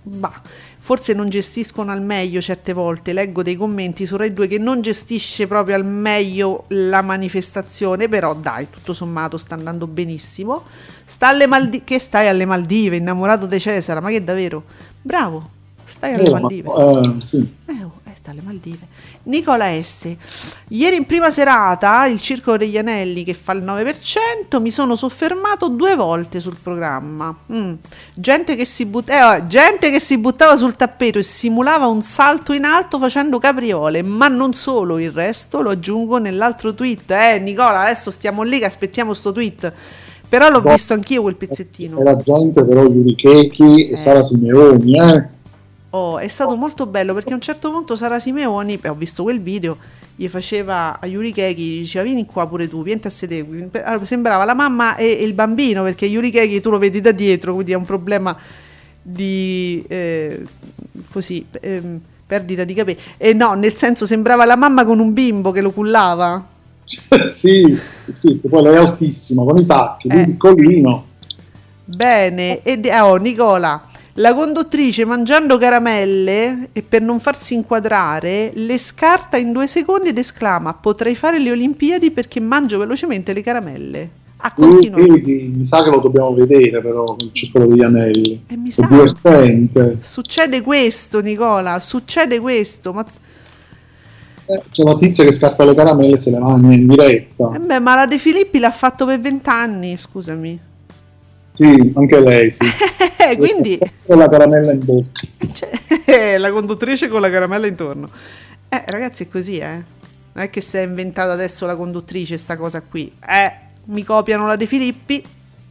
bah, forse non gestiscono al meglio certe volte. Leggo dei commenti su Rai due che non gestisce proprio al meglio la manifestazione, però dai, tutto sommato sta andando benissimo. Sta alle Maldive, che stai alle Maldive, innamorato di Cesara, ma che davvero? Bravo, stai alle Eh, Maldive. ma- eh, sì. Eh, oh, eh, sta alle Maldive. Nicola S. Ieri in prima serata, il Circolo degli Anelli che fa il nove per cento, mi sono soffermato due volte sul programma. Mm. Gente che si but- eh, oh, gente che si buttava sul tappeto e simulava un salto in alto facendo capriole, ma non solo, il resto lo aggiungo nell'altro tweet. Eh, Nicola, adesso stiamo lì che aspettiamo sto tweet. Però l'ho Boh. visto anch'io quel pezzettino. Era gente però Yuri Chechi e Eh. Sara Simeoni, eh. Oh, è stato molto bello perché a un certo punto Sara Simeoni, beh, ho visto quel video, gli faceva a Yuri Chechi, diceva vieni qua pure tu, vieni a sedere. Allora, sembrava la mamma e, e il bambino, perché Yuri Chechi tu lo vedi da dietro, quindi è un problema di eh, così ehm, perdita di capelli. E no, nel senso sembrava la mamma con un bimbo che lo cullava. sì, sì, poi lei è altissima, con i tacchi, lui Eh. piccolino. Bene, e de- oh, Nicola, la conduttrice mangiando caramelle e per non farsi inquadrare le scarta in due secondi ed esclama potrei fare le Olimpiadi perché mangio velocemente le caramelle. Ah, continua. Vedi, mi sa che lo dobbiamo vedere però il Circolo degli Anelli. E mi È sa, divertente. succede questo, Nicola, succede questo, ma Eh, c'è la tizia che scarta le caramelle e se le mangia in diretta. eh beh, ma la De Filippi l'ha fatto per vent'anni, scusami. Sì, anche lei, sì. Quindi Con la caramella in bocca. cioè, la conduttrice con la caramella intorno. Eh, ragazzi, è così, eh. Non è che si è inventata adesso la conduttrice sta cosa qui. Eh, mi copiano la De Filippi.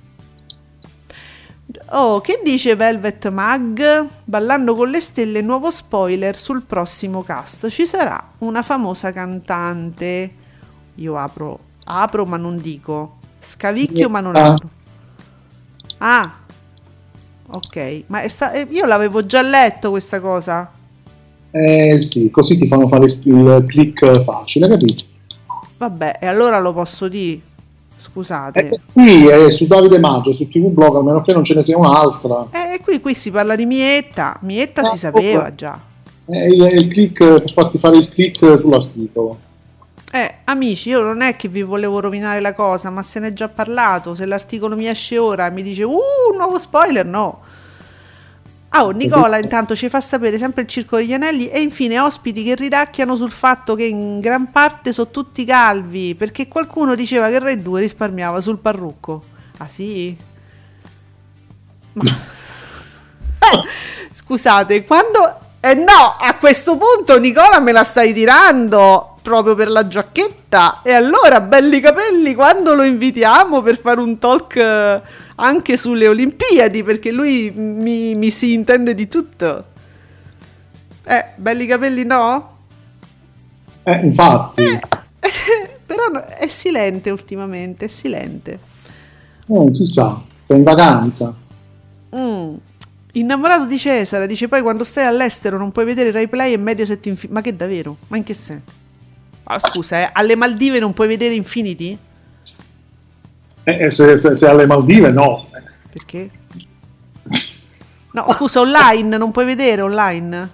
Oh, che dice Velvet Mag? Ballando con le stelle, nuovo spoiler sul prossimo cast. Ci sarà una famosa cantante. Io apro, apro ma non dico. Scavicchio ma non Ah. apro. Ah, ok, ma è sta- eh, io l'avevo già letto questa cosa. Eh sì, così ti fanno fare il, il click facile, capito? Vabbè, e allora lo posso dire. Scusate. Eh, sì, è su Davide Maggio, su T V Blog, a meno che non ce ne sia un'altra. Eh, qui, qui si parla di Mietta. Mietta Ah, si sapeva ok. già. È il, il click per farti fare il click sull'articolo. Eh, amici, io non è che vi volevo rovinare la cosa, ma se ne è già parlato. Se l'articolo mi esce ora e mi dice, uh, un nuovo spoiler, no. Ah, oh, Nicola intanto ci fa sapere sempre il Circolo degli Anelli e infine ospiti che ridacchiano sul fatto che in gran parte sono tutti calvi, perché qualcuno diceva che Rai due risparmiava sul parrucco. Ah sì? Ma... Eh, scusate, quando... Eh no, a questo punto Nicola me la stai tirando proprio per la giacchetta. E allora, belli capelli, quando lo invitiamo per fare un talk eh, anche sulle Olimpiadi, perché lui mi, mi si intende di tutto. Eh, belli capelli no? Eh, infatti, Eh, però no, è silente ultimamente, è silente. eh, chissà, sei in vacanza. Mm. Innamorato di Cesare, dice poi quando stai all'estero non puoi vedere Rai Play e Mediaset Infinity. Ma che davvero? Ma in che senso? Ah, scusa, eh, alle Maldive non puoi vedere Infinity? Eh, se, se, se alle Maldive no. Perché? No, scusa, online non puoi vedere online?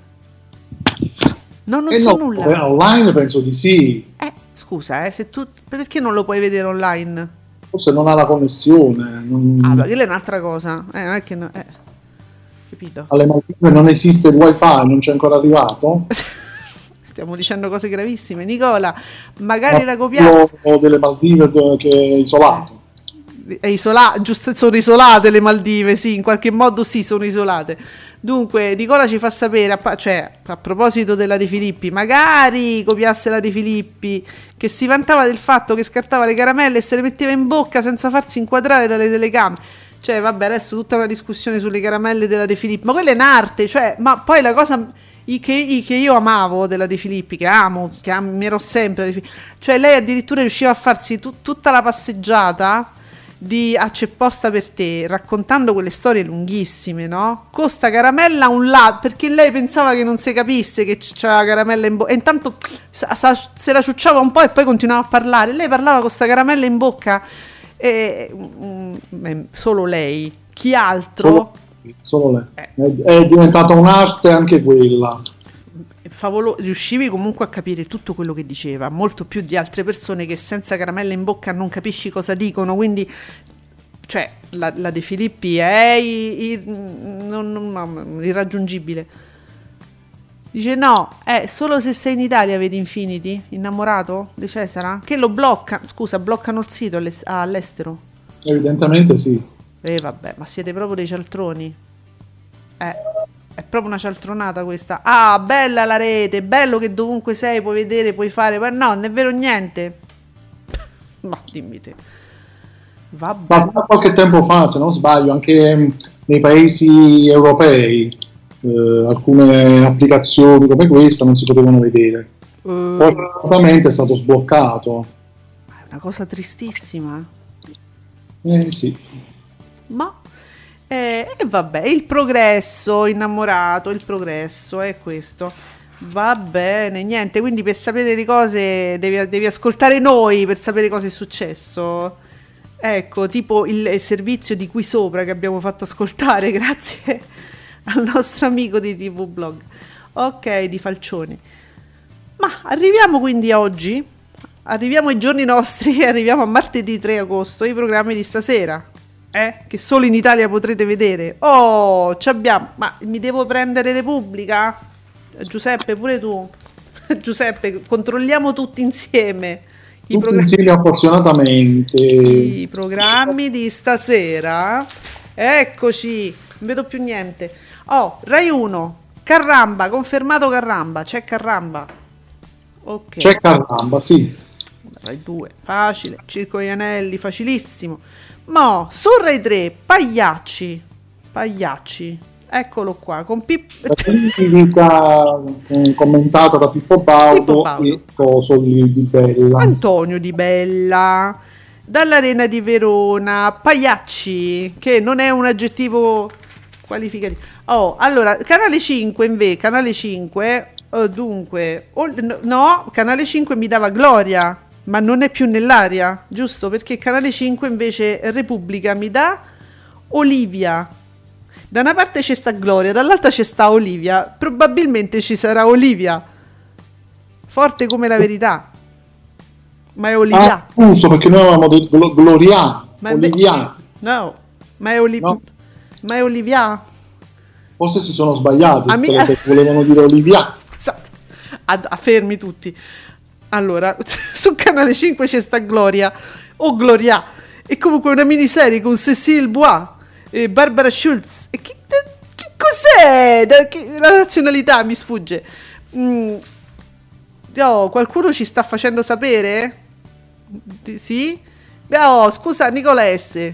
No, non Eh, so no, nulla. eh, online penso di sì. Eh, scusa, eh, se tu perché non lo puoi vedere online? Forse non ha la connessione. non- Ah, ma quella è un'altra cosa. Eh, non è che no, eh. Capito? Alle Maldive non esiste il wifi, non c'è ancora arrivato. Stiamo dicendo cose gravissime. Nicola, magari la Ma copiazza quello delle Maldive do- che è isolato. è isolata, giusto, sono isolate le Maldive, sì, in qualche modo sì, sono isolate. Dunque, Nicola ci fa sapere, a, pa- cioè, a proposito della De Filippi, magari copiasse la De Filippi, che si vantava del fatto che scartava le caramelle e se le metteva in bocca senza farsi inquadrare dalle telecamere. Cioè, vabbè, adesso tutta una discussione sulle caramelle della De Filippi, ma quella è un'arte, cioè, ma poi la cosa i che, i che io amavo della De Filippi, che amo, che am- mi ero sempre, De Filippi, cioè lei addirittura riusciva a farsi tu- tutta la passeggiata di A c'è posta per te, raccontando quelle storie lunghissime, no? Con sta caramella a un lato, perché lei pensava che non si capisse che c- c'era la caramella in bocca, e intanto sa- sa- se la ciucciava un po' e poi continuava a parlare, lei parlava con sta caramella in bocca. E, mm, mm, solo lei, chi altro? Solo, solo lei. Eh. È, è diventata un'arte anche quella. Favolo- riuscivi comunque a capire tutto quello che diceva, molto più di altre persone che senza caramella in bocca non capisci cosa dicono, quindi cioè la, la De Filippi è i- i- non- non- no, irraggiungibile. Dice no, è solo se sei in Italia vedi Infinity, innamorato di Cesara, che lo blocca, scusa, bloccano il sito all'es- all'estero. Evidentemente sì. E eh, vabbè, ma siete proprio dei cialtroni. Eh, è proprio una cialtronata questa. Ah, bella la rete, bello che dovunque sei puoi vedere, puoi fare, ma no, non è vero niente. Ma dimmi te. Vabbè. Ma qualche tempo fa, se non sbaglio, anche nei paesi europei eh, alcune applicazioni come questa non si potevano vedere. Uh, Poi fortunatamente è stato sbloccato. è una cosa tristissima. Eh sì. Ma e eh, eh, vabbè, il progresso, innamorato, il progresso è questo. Va bene, niente, quindi per sapere le cose devi, devi ascoltare noi per sapere cosa è successo. Ecco, tipo il, il servizio di qui sopra che abbiamo fatto ascoltare grazie al nostro amico di T V Blog. Ok, di Falcioni. Ma arriviamo quindi a oggi, arriviamo ai giorni nostri, arriviamo a martedì tre agosto, i programmi di stasera. Eh, che solo in Italia potrete vedere. Oh, ci abbiamo. Ma mi devo prendere Repubblica? Giuseppe, pure tu. Giuseppe, controlliamo tutti insieme i, Tutti progra- insieme appassionatamente. i programmi di stasera. Eccoci, non vedo più niente. Oh, Rai uno, Carramba, confermato Carramba. C'è Carramba. Ok. C'è Carramba, sì. Rai due, facile. Circo degli Anelli, facilissimo. Mo, su Rai tre, Pagliacci, Pagliacci, eccolo qua, con Pippo... La critica eh, commentata da Pippo Baudo, Pippo Baudo. e Coso di, di Bella. Antonio Di Bella, dall'Arena di Verona, Pagliacci, che non è un aggettivo qualificativo. Oh, allora, Canale cinque invece, Canale cinque, oh, dunque, oh, no, Canale cinque mi dava Gloria, ma non è più nell'aria, giusto? Perché Canale cinque invece Repubblica mi dà Olivia. Da una parte c'è sta Gloria, dall'altra c'è sta Olivia. Probabilmente ci sarà Olivia. Forte come la verità. Ma è Olivia. Ah, appunto, perché noi avevamo detto glo- Gloria, Ma è Olivia. No, ma è, Oli- No. ma è Olivia. Forse si sono sbagliati, Ami- perché volevano dire Olivia. Scusate, Ad- a fermi tutti. Allora, su Canale cinque c'è sta Gloria, o Gloria, e comunque una miniserie con Cécile Bois e Barbara Schulz. E che, che cos'è? Da- che- la nazionalità mi sfugge. Mm. Oh, qualcuno ci sta facendo sapere? Di- Sì? Beh, oh, scusa, Nicola S.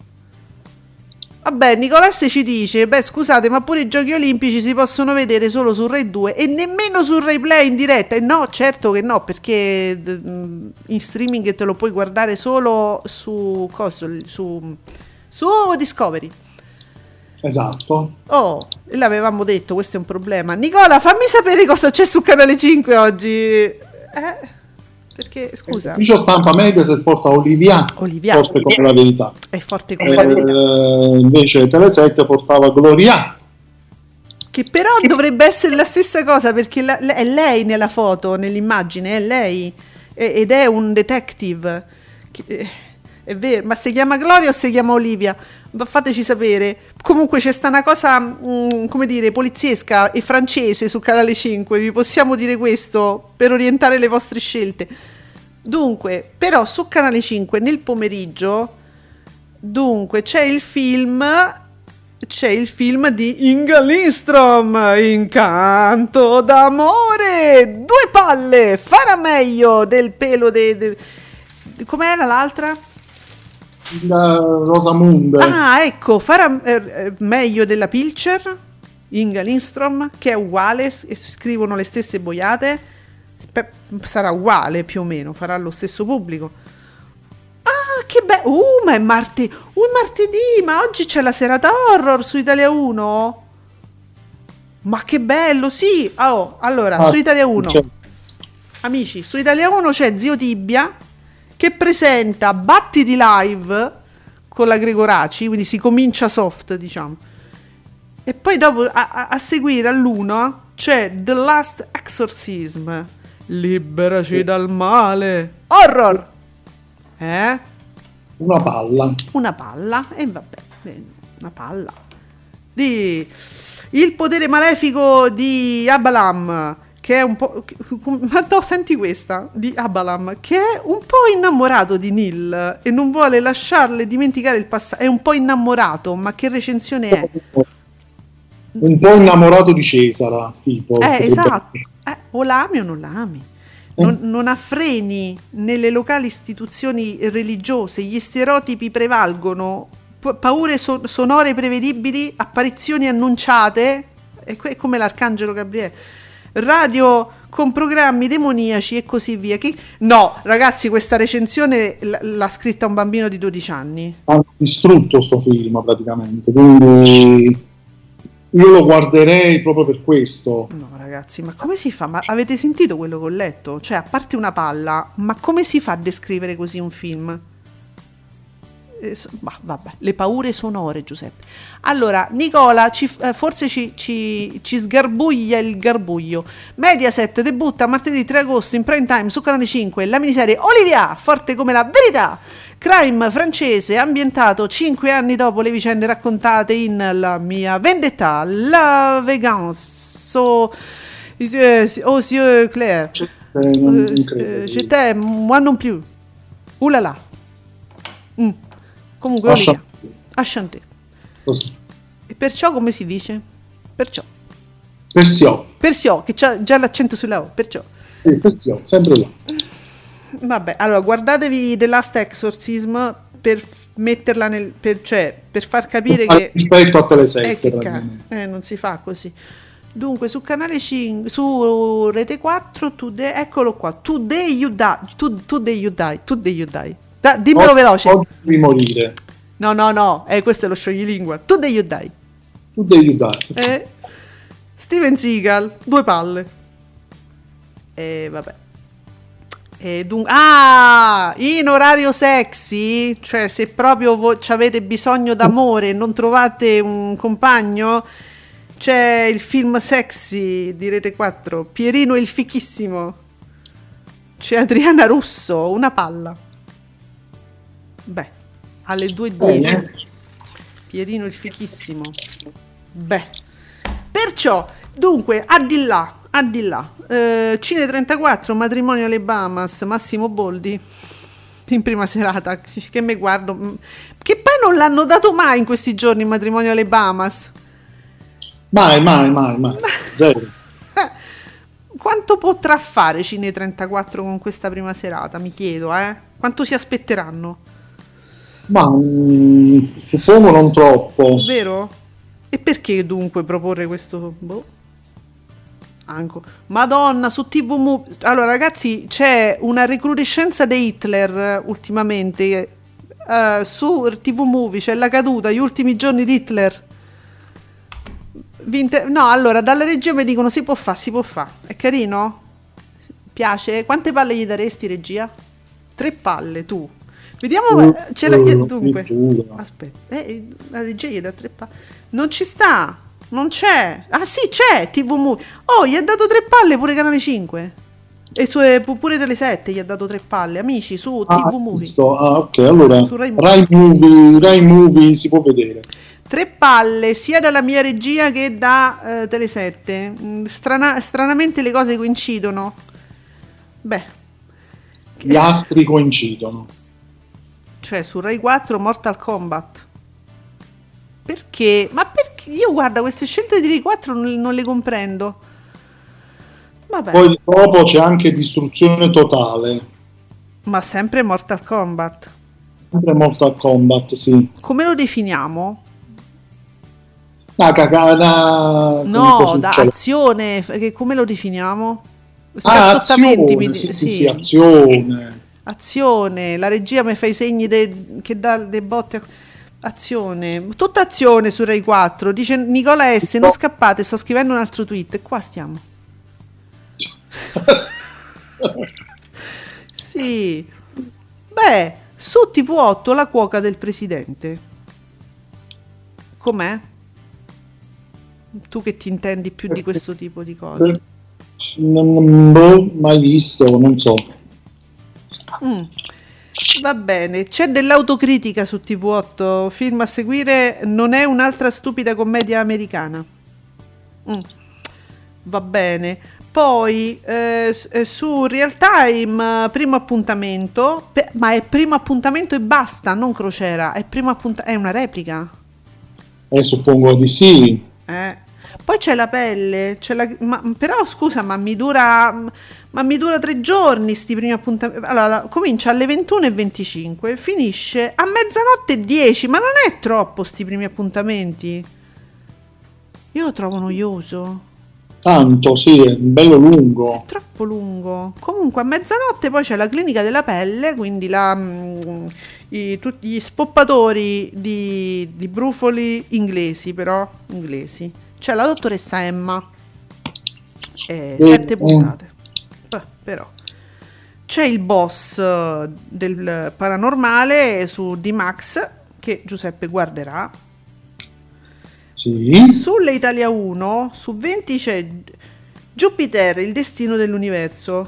Vabbè, Nicola S ci dice, beh scusate, ma pure i giochi olimpici si possono vedere solo su Rai due e nemmeno su Rai Play in diretta. E no, certo che no, perché d- in streaming te lo puoi guardare solo su, coso, su, su Discovery. Esatto. Oh, l'avevamo detto, questo è un problema. Nicola, fammi sapere cosa c'è su Canale cinque oggi. Eh, perché, scusa. L'ufficio stampa Mediaset porta Olivia, Olivia. forte come la verità. È forte come la verità. Eh, invece Telesette portava Gloria. Che però dovrebbe essere la stessa cosa, perché la- le- è lei nella foto, nell'immagine, è lei. E- ed è un detective. Che- eh, è vero, ma si chiama Gloria o si chiama Olivia? Ma fateci sapere. Comunque c'è sta una cosa, mm, come dire, poliziesca e francese su Canale cinque, vi possiamo dire questo per orientare le vostre scelte. Dunque, però su Canale cinque nel pomeriggio, dunque c'è il film, c'è il film di Inga Lindstrom, Incanto d'amore, due palle, farà meglio del pelo de, de- com'era l'altra? La Rosamund. Ah, ecco, farà eh, eh, meglio della Pilcher, Inga Lindstrom, che è uguale, s- e scrivono le stesse boiate. Spe- sarà uguale più o meno, farà lo stesso pubblico. Ah, che bello! Uh, ma è martedì! Uh, è martedì! Ma oggi c'è la serata horror su Italia uno? Ma che bello, sì! Oh, allora, Ah, su Italia uno, c'è. amici, su Italia uno c'è Zio Tibia che presenta Battiti Live con la Gregoraci, quindi si comincia soft, diciamo. E poi dopo, a, a, a seguire all'uno, c'è The Last Exorcism. Liberaci dal male. Horror! Eh? Una palla. Una palla. E vabbè, una palla. Di Il potere malefico di Abalam, che è un po'... Ma no, senti questa, di Abalam, che è un po' innamorato di Neil e non vuole lasciarle dimenticare il passato. È un po' innamorato, ma che recensione è? Un po' innamorato di Cesara, tipo. Eh, esatto. Eh, o l'ami o non l'ami. Non, non ha freni nelle locali istituzioni religiose, gli stereotipi prevalgono, pa- paure so- sonore prevedibili, apparizioni annunciate, è, que- è come l'Arcangelo Gabriele, radio con programmi demoniaci e così via. Che... No, ragazzi, questa recensione l- l'ha scritta un bambino di dodici anni. Ha distrutto sto film praticamente, quindi io lo guarderei proprio per questo. No, ragazzi, ma come si fa? Ma avete sentito quello che ho letto? Cioè, a parte una palla, ma come si fa a descrivere così un film? Eh, so, bah, vabbè, le paure sonore, Giuseppe. Allora, Nicola, ci, eh, forse ci, ci, ci sgarbuglia il garbuglio. Mediaset debutta martedì tre agosto in prime time su Canale cinque la miniserie Olivia, forte come la verità. Crime francese ambientato cinque anni dopo le vicende raccontate in La mia vendetta, La Vengeance, so, euh, aux yeux clairs, euh, je t'aime, moi non plus, oulala. Mm. Comunque Olivia, a chanter. Così. E perciò come si dice? Perciò. Perciò. Perciò, che c'ha già l'accento sulla O, perciò. Sì, perciò, sempre là. Vabbè, allora guardatevi The Last Exorcism per f- metterla nel per, cioè per far capire che rispetto a Telesette, eh, che ca- eh, non si fa così. Dunque su canale cinque, su Rete quattro, Today, eccolo qua, Today You Die, to, Today You Die, Today You Die. Da, dimmelo oggi, veloce. Oggi devi morire. No, no, no, eh, questo è lo scioglilingua. Today You Die. Today You Die. Eh, Steven Seagal, due palle. E vabbè. E dun- ah, in orario sexy, cioè se proprio vo- avete bisogno d'amore e non trovate un compagno, c'è il film sexy di Rete quattro, Pierino il fichissimo. C'è Adriana Russo, una palla. Beh, alle due e dieci. Pierino il fichissimo. Beh, perciò, dunque, a di là. A di là, eh, Cine trentaquattro, Matrimonio alle Bahamas, Massimo Boldi in prima serata. Che me guardo, che poi non l'hanno dato mai in questi giorni, Matrimonio alle Bahamas. Mai, mai, mai, mai. Zero. Quanto potrà fare Cine trentaquattro con questa prima serata? Mi chiedo, eh? Quanto si aspetteranno? Ma mh, suppongo non troppo. Vero? E perché dunque proporre questo? Boh. Anche. Madonna, su T V Movie. Allora ragazzi, c'è una recrudescenza di Hitler ultimamente. uh, Su T V Movie c'è la caduta, gli ultimi giorni di Hitler. Vinte- no, allora dalla regia mi dicono si può fare, si può fare. È carino? Piace? Quante palle gli daresti, regia? Tre palle tu. Vediamo, uh, ce la, uh, dunque aspetta, eh, la regia gli dà tre palle. Non ci sta. Non c'è. Ah sì, c'è T V Movie. Oh, gli ha dato tre palle pure Canale cinque. E su, pure Telesette gli ha dato tre palle. Amici, su ah, T V Movie. Ah, ok, allora Rai Movie. Rai Movie, Rai Movie si può vedere. Tre palle sia dalla mia regia che da uh, Telesette. Strana, stranamente le cose coincidono. Beh. Gli astri coincidono. Cioè, su Rai quattro Mortal Kombat. Perché? Ma perché? Io guarda, queste scelte di Rai quattro non, non le comprendo. Vabbè. Poi dopo c'è anche Distruzione Totale. Ma sempre Mortal Kombat. Sempre Mortal Kombat, sì. Come lo definiamo? La cagata. No, da azione. Che, come lo definiamo? Ah, Scazzottamenti. azione, mi, sì, sì. sì, sì, azione. Azione. La regia mi fa i segni de, che dà dei botte. Azione, tutta azione su Rai quattro. Dice Nicola S, non scappate, sto scrivendo un altro tweet e qua stiamo. Sì. Beh, su T V otto La cuoca del presidente. Com'è? Tu che ti intendi più di questo tipo di cose. Non l'ho mai visto, non so. Mm. Va bene, c'è dell'autocritica su T V otto, film a seguire non è un'altra stupida commedia americana. Mm. Va bene. Poi eh, su Real Time primo appuntamento, pe- ma è primo appuntamento e basta, non crociera, è primo appunt- è una replica. Eh, suppongo di sì. Eh. Poi c'è la pelle, c'è la, ma, però scusa, ma mi dura ma mi dura tre giorni sti primi appuntamenti. Allora, comincia alle ventuno e venticinque, finisce a mezzanotte e dieci, ma non è troppo sti primi appuntamenti? Io lo trovo noioso. Tanto, sì, è bello lungo. È troppo lungo. Comunque a mezzanotte poi c'è la clinica della pelle, quindi la, mh, i, tutti gli spoppatori di, di brufoli inglesi, però inglesi. C'è la dottoressa Emma, eh, Eh, sette eh. puntate. Beh, però c'è il boss eh, del paranormale su D-Max che Giuseppe guarderà. Sì. Sulle Italia uno, su venti c'è Jupiter, il destino dell'universo.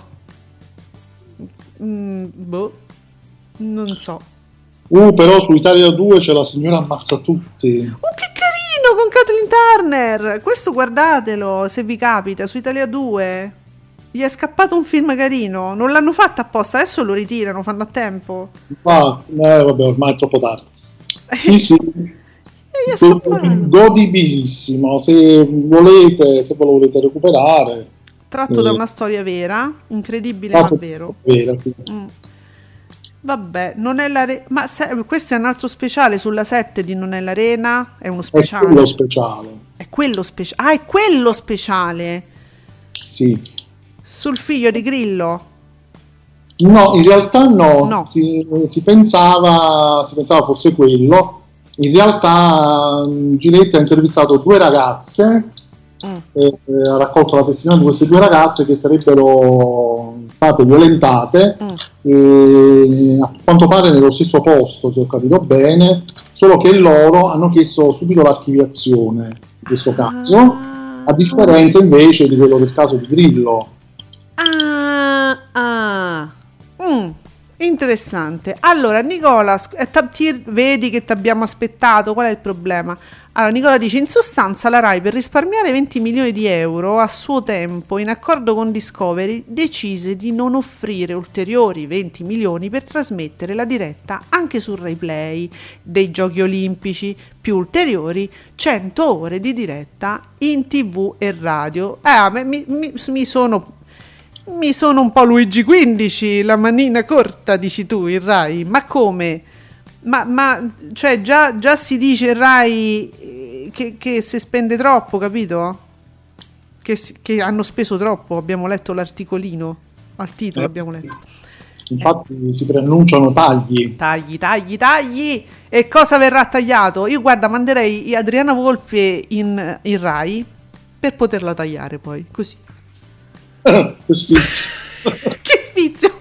Mm, boh, non so. Uh, però su Italia due c'è la signora ammazza tutti. Oh, che carino, con Kathleen Turner. Questo guardatelo, se vi capita, su Italia due. Gli è scappato un film carino. Non l'hanno fatto apposta, adesso lo ritirano, fanno a tempo. Ah, eh, vabbè, ormai è troppo tardi. Sì, sì. E gli è scappato. Godibilissimo. Se volete, se ve lo volete recuperare. Tratto eh, da una storia vera, incredibile tratto- ma vero. Vera, sì. Mm. Vabbè, non è la re- ma se- questo è un altro speciale sulla sette di Non è l'Arena, è uno È speciale. quello speciale. È quello speciale. Ah, è quello speciale. Sì. Sul figlio di Grillo. No, in realtà no, No. Si, si pensava, si pensava fosse quello. In realtà mh, Giletti ha intervistato due ragazze, Mm. eh, eh, ha raccolto la testimonianza di queste due ragazze che sarebbero state violentate, Mm. e a quanto pare nello stesso posto, se ho capito bene, solo che loro hanno chiesto subito l'archiviazione di questo caso, Ah. a differenza invece di quello del caso di Grillo. Ah, ah. Mm, interessante. Allora, Nicola, sc- eh, ta- ti- vedi che ti abbiamo aspettato, qual è il problema? Allora, Nicola dice, in sostanza la Rai per risparmiare venti milioni di euro a suo tempo, in accordo con Discovery, decise di non offrire ulteriori venti milioni per trasmettere la diretta anche su Rai Play dei Giochi Olimpici, più ulteriori cento ore di diretta in tv e radio. Eh, me- mi, mi- mi sono... Mi sono un po' Luigi quindici, la manina corta, dici tu, il Rai. Ma come? Ma, ma cioè già, già si dice il Rai eh, che, che si spende troppo, capito? Che, si- che hanno speso troppo, abbiamo letto l'articolino, al titolo Eh, abbiamo sì. letto. Infatti si preannunciano tagli. Tagli, tagli, tagli! E cosa verrà tagliato? Io guarda, manderei Adriana Volpe in, in Rai per poterla tagliare poi, così. Che sfizio. Che sfizio!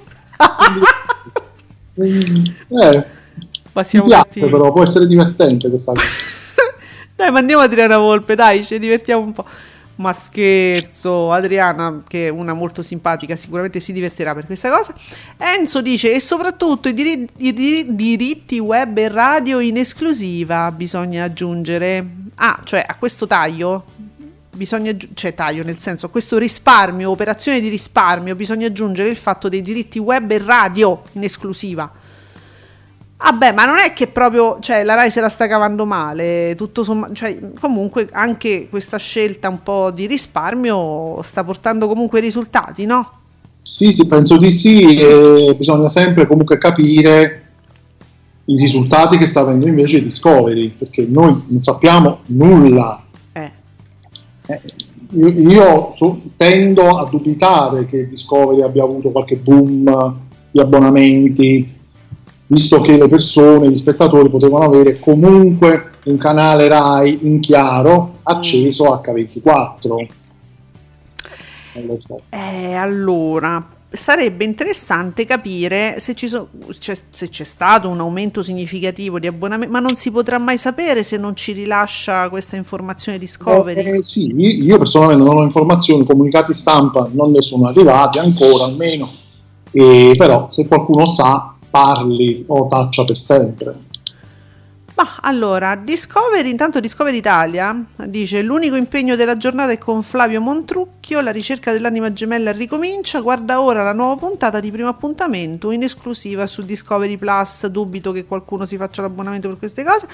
Eh, Ma mi siamo piace, cattivi. però può essere divertente questa cosa. Dai, mandiamo Adriana Volpe, dai, ci divertiamo un po'. Ma scherzo, Adriana, che è una molto simpatica, sicuramente si divertirà per questa cosa. Enzo dice, e soprattutto i, diri- i diri- diritti web e radio in esclusiva, bisogna aggiungere. Ah, cioè a questo taglio, bisogna, aggi- cioè taglio nel senso, a questo risparmio, operazione di risparmio, bisogna aggiungere il fatto dei diritti web e radio in esclusiva. Vabbè, ma non è che proprio, cioè, la Rai se la sta cavando male, tutto somma- cioè, comunque anche questa scelta un po' di risparmio sta portando comunque risultati, no? Sì, sì, penso di sì, e bisogna sempre comunque capire i risultati che sta avendo invece Discovery, perché noi non sappiamo nulla. Eh. Eh, io io so- tendo a dubitare che Discovery abbia avuto qualche boom di abbonamenti, visto che le persone, gli spettatori potevano avere comunque un canale Rai in chiaro acceso acca ventiquattro. Non lo so. Eh, allora, sarebbe interessante capire se, ci so, c'è, se c'è stato un aumento significativo di abbonamenti, ma non si potrà mai sapere se non ci rilascia questa informazione Discovery. Eh, sì, io personalmente non ho informazioni, comunicati stampa non ne sono arrivati ancora almeno, e però se qualcuno sa parli o taccia per sempre. Ma allora, Discovery, intanto Discovery Italia dice: l'unico impegno della giornata è con Flavio Montrucchio, la ricerca dell'anima gemella ricomincia, guarda ora la nuova puntata di Primo Appuntamento in esclusiva su Discovery Plus. Dubito che qualcuno si faccia l'abbonamento per queste cose,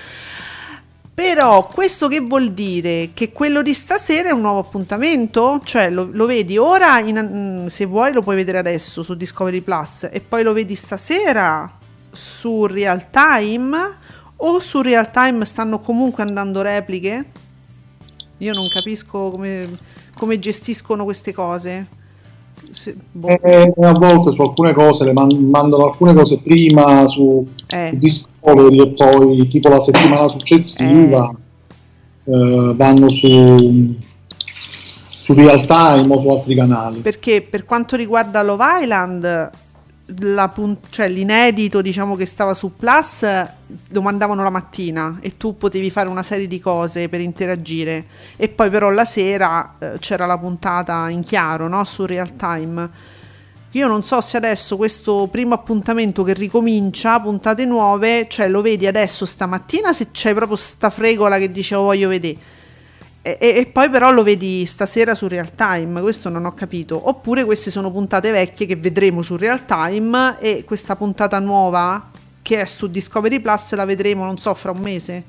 però questo che vuol dire? Che quello di stasera è un nuovo appuntamento? Cioè lo, lo vedi ora, in, se vuoi lo puoi vedere adesso su Discovery Plus e poi lo vedi stasera su Real Time? O su Real Time stanno comunque andando repliche? Io non capisco come, come gestiscono queste cose. Se, boh. eh, a volte su alcune cose le man- mandano alcune cose prima su, eh. su Discovery e poi tipo la settimana successiva eh. Eh, vanno su, su Real Time o su altri canali. Perché per quanto riguarda Love Island, la pun- cioè l'inedito, diciamo, che stava su Plus lo mandavano la mattina e tu potevi fare una serie di cose per interagire, e poi però la sera eh, c'era la puntata in chiaro, no? Su Real Time. Io non so se adesso questo Primo Appuntamento che ricomincia, puntate nuove, cioè lo vedi adesso stamattina, se c'è proprio sta fregola che dice oh, voglio vedere, E, e poi però lo vedi stasera su Real Time. Questo non ho capito. Oppure queste sono puntate vecchie che vedremo su Real Time e questa puntata nuova che è su Discovery Plus la vedremo, non so, fra un mese.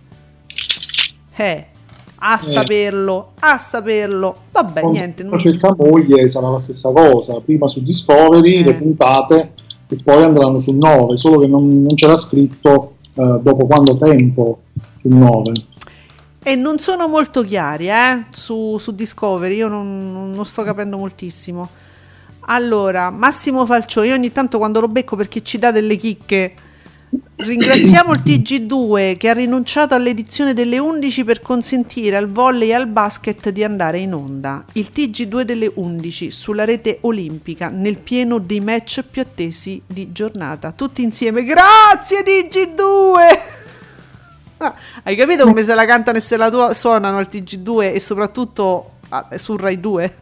Eh, a eh. saperlo, a saperlo. Vabbè, Con niente. Non... cerca moglie sarà la stessa cosa. Prima su Discovery eh. le puntate e poi andranno su nove, solo che non, non c'era scritto eh, dopo quanto tempo su nove. E non sono molto chiari eh, su, su Discovery, io non, non sto capendo moltissimo. Allora, Massimo Falcioni, io ogni tanto quando lo becco perché ci dà delle chicche, ringraziamo il T G due che ha rinunciato all'edizione delle undici per consentire al volley e al basket di andare in onda. Il T G due delle undici sulla rete olimpica nel pieno dei match più attesi di giornata. Tutti insieme, grazie T G due! Ah, hai capito come se la cantano e se la tu- suonano al T G due e soprattutto ah, su Rai due?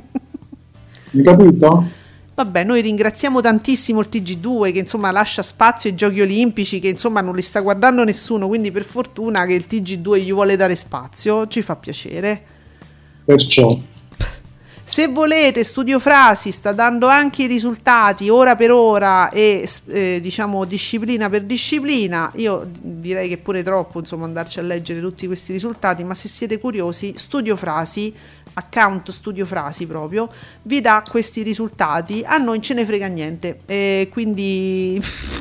Hai capito? Vabbè, noi ringraziamo tantissimo il T G due che insomma lascia spazio ai Giochi Olimpici, che insomma non li sta guardando nessuno, quindi per fortuna che il T G due gli vuole dare spazio, ci fa piacere. Perciò se volete, Studio Frasi sta dando anche i risultati ora per ora e eh, diciamo disciplina per disciplina. Io direi che pure troppo insomma andarci a leggere tutti questi risultati, ma se siete curiosi, Studio Frasi, account Studio Frasi proprio, vi dà questi risultati. A noi ce ne frega niente, e quindi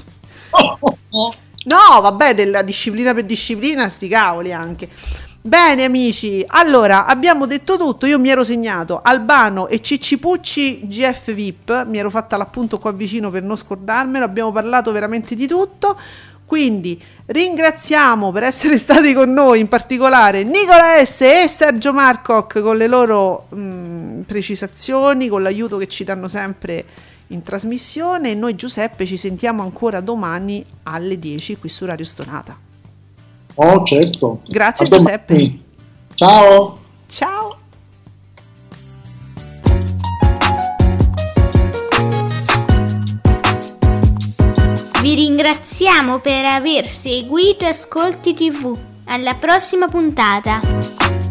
no vabbè, della disciplina per disciplina sti cavoli anche. Bene amici, allora abbiamo detto tutto. Io mi ero segnato Albano e Ciccipucci G F V I P, mi ero fatta l'appunto qua vicino per non scordarmelo. Abbiamo parlato veramente di tutto, quindi ringraziamo per essere stati con noi in particolare Nicola S e Sergio Marcoc con le loro mh, precisazioni, con l'aiuto che ci danno sempre in trasmissione, e noi Giuseppe ci sentiamo ancora domani alle dieci qui su Radio Stonata. Oh, certo. Grazie Giuseppe. Ciao. Ciao. Vi ringraziamo per aver seguito Ascolti tivù. Alla prossima puntata.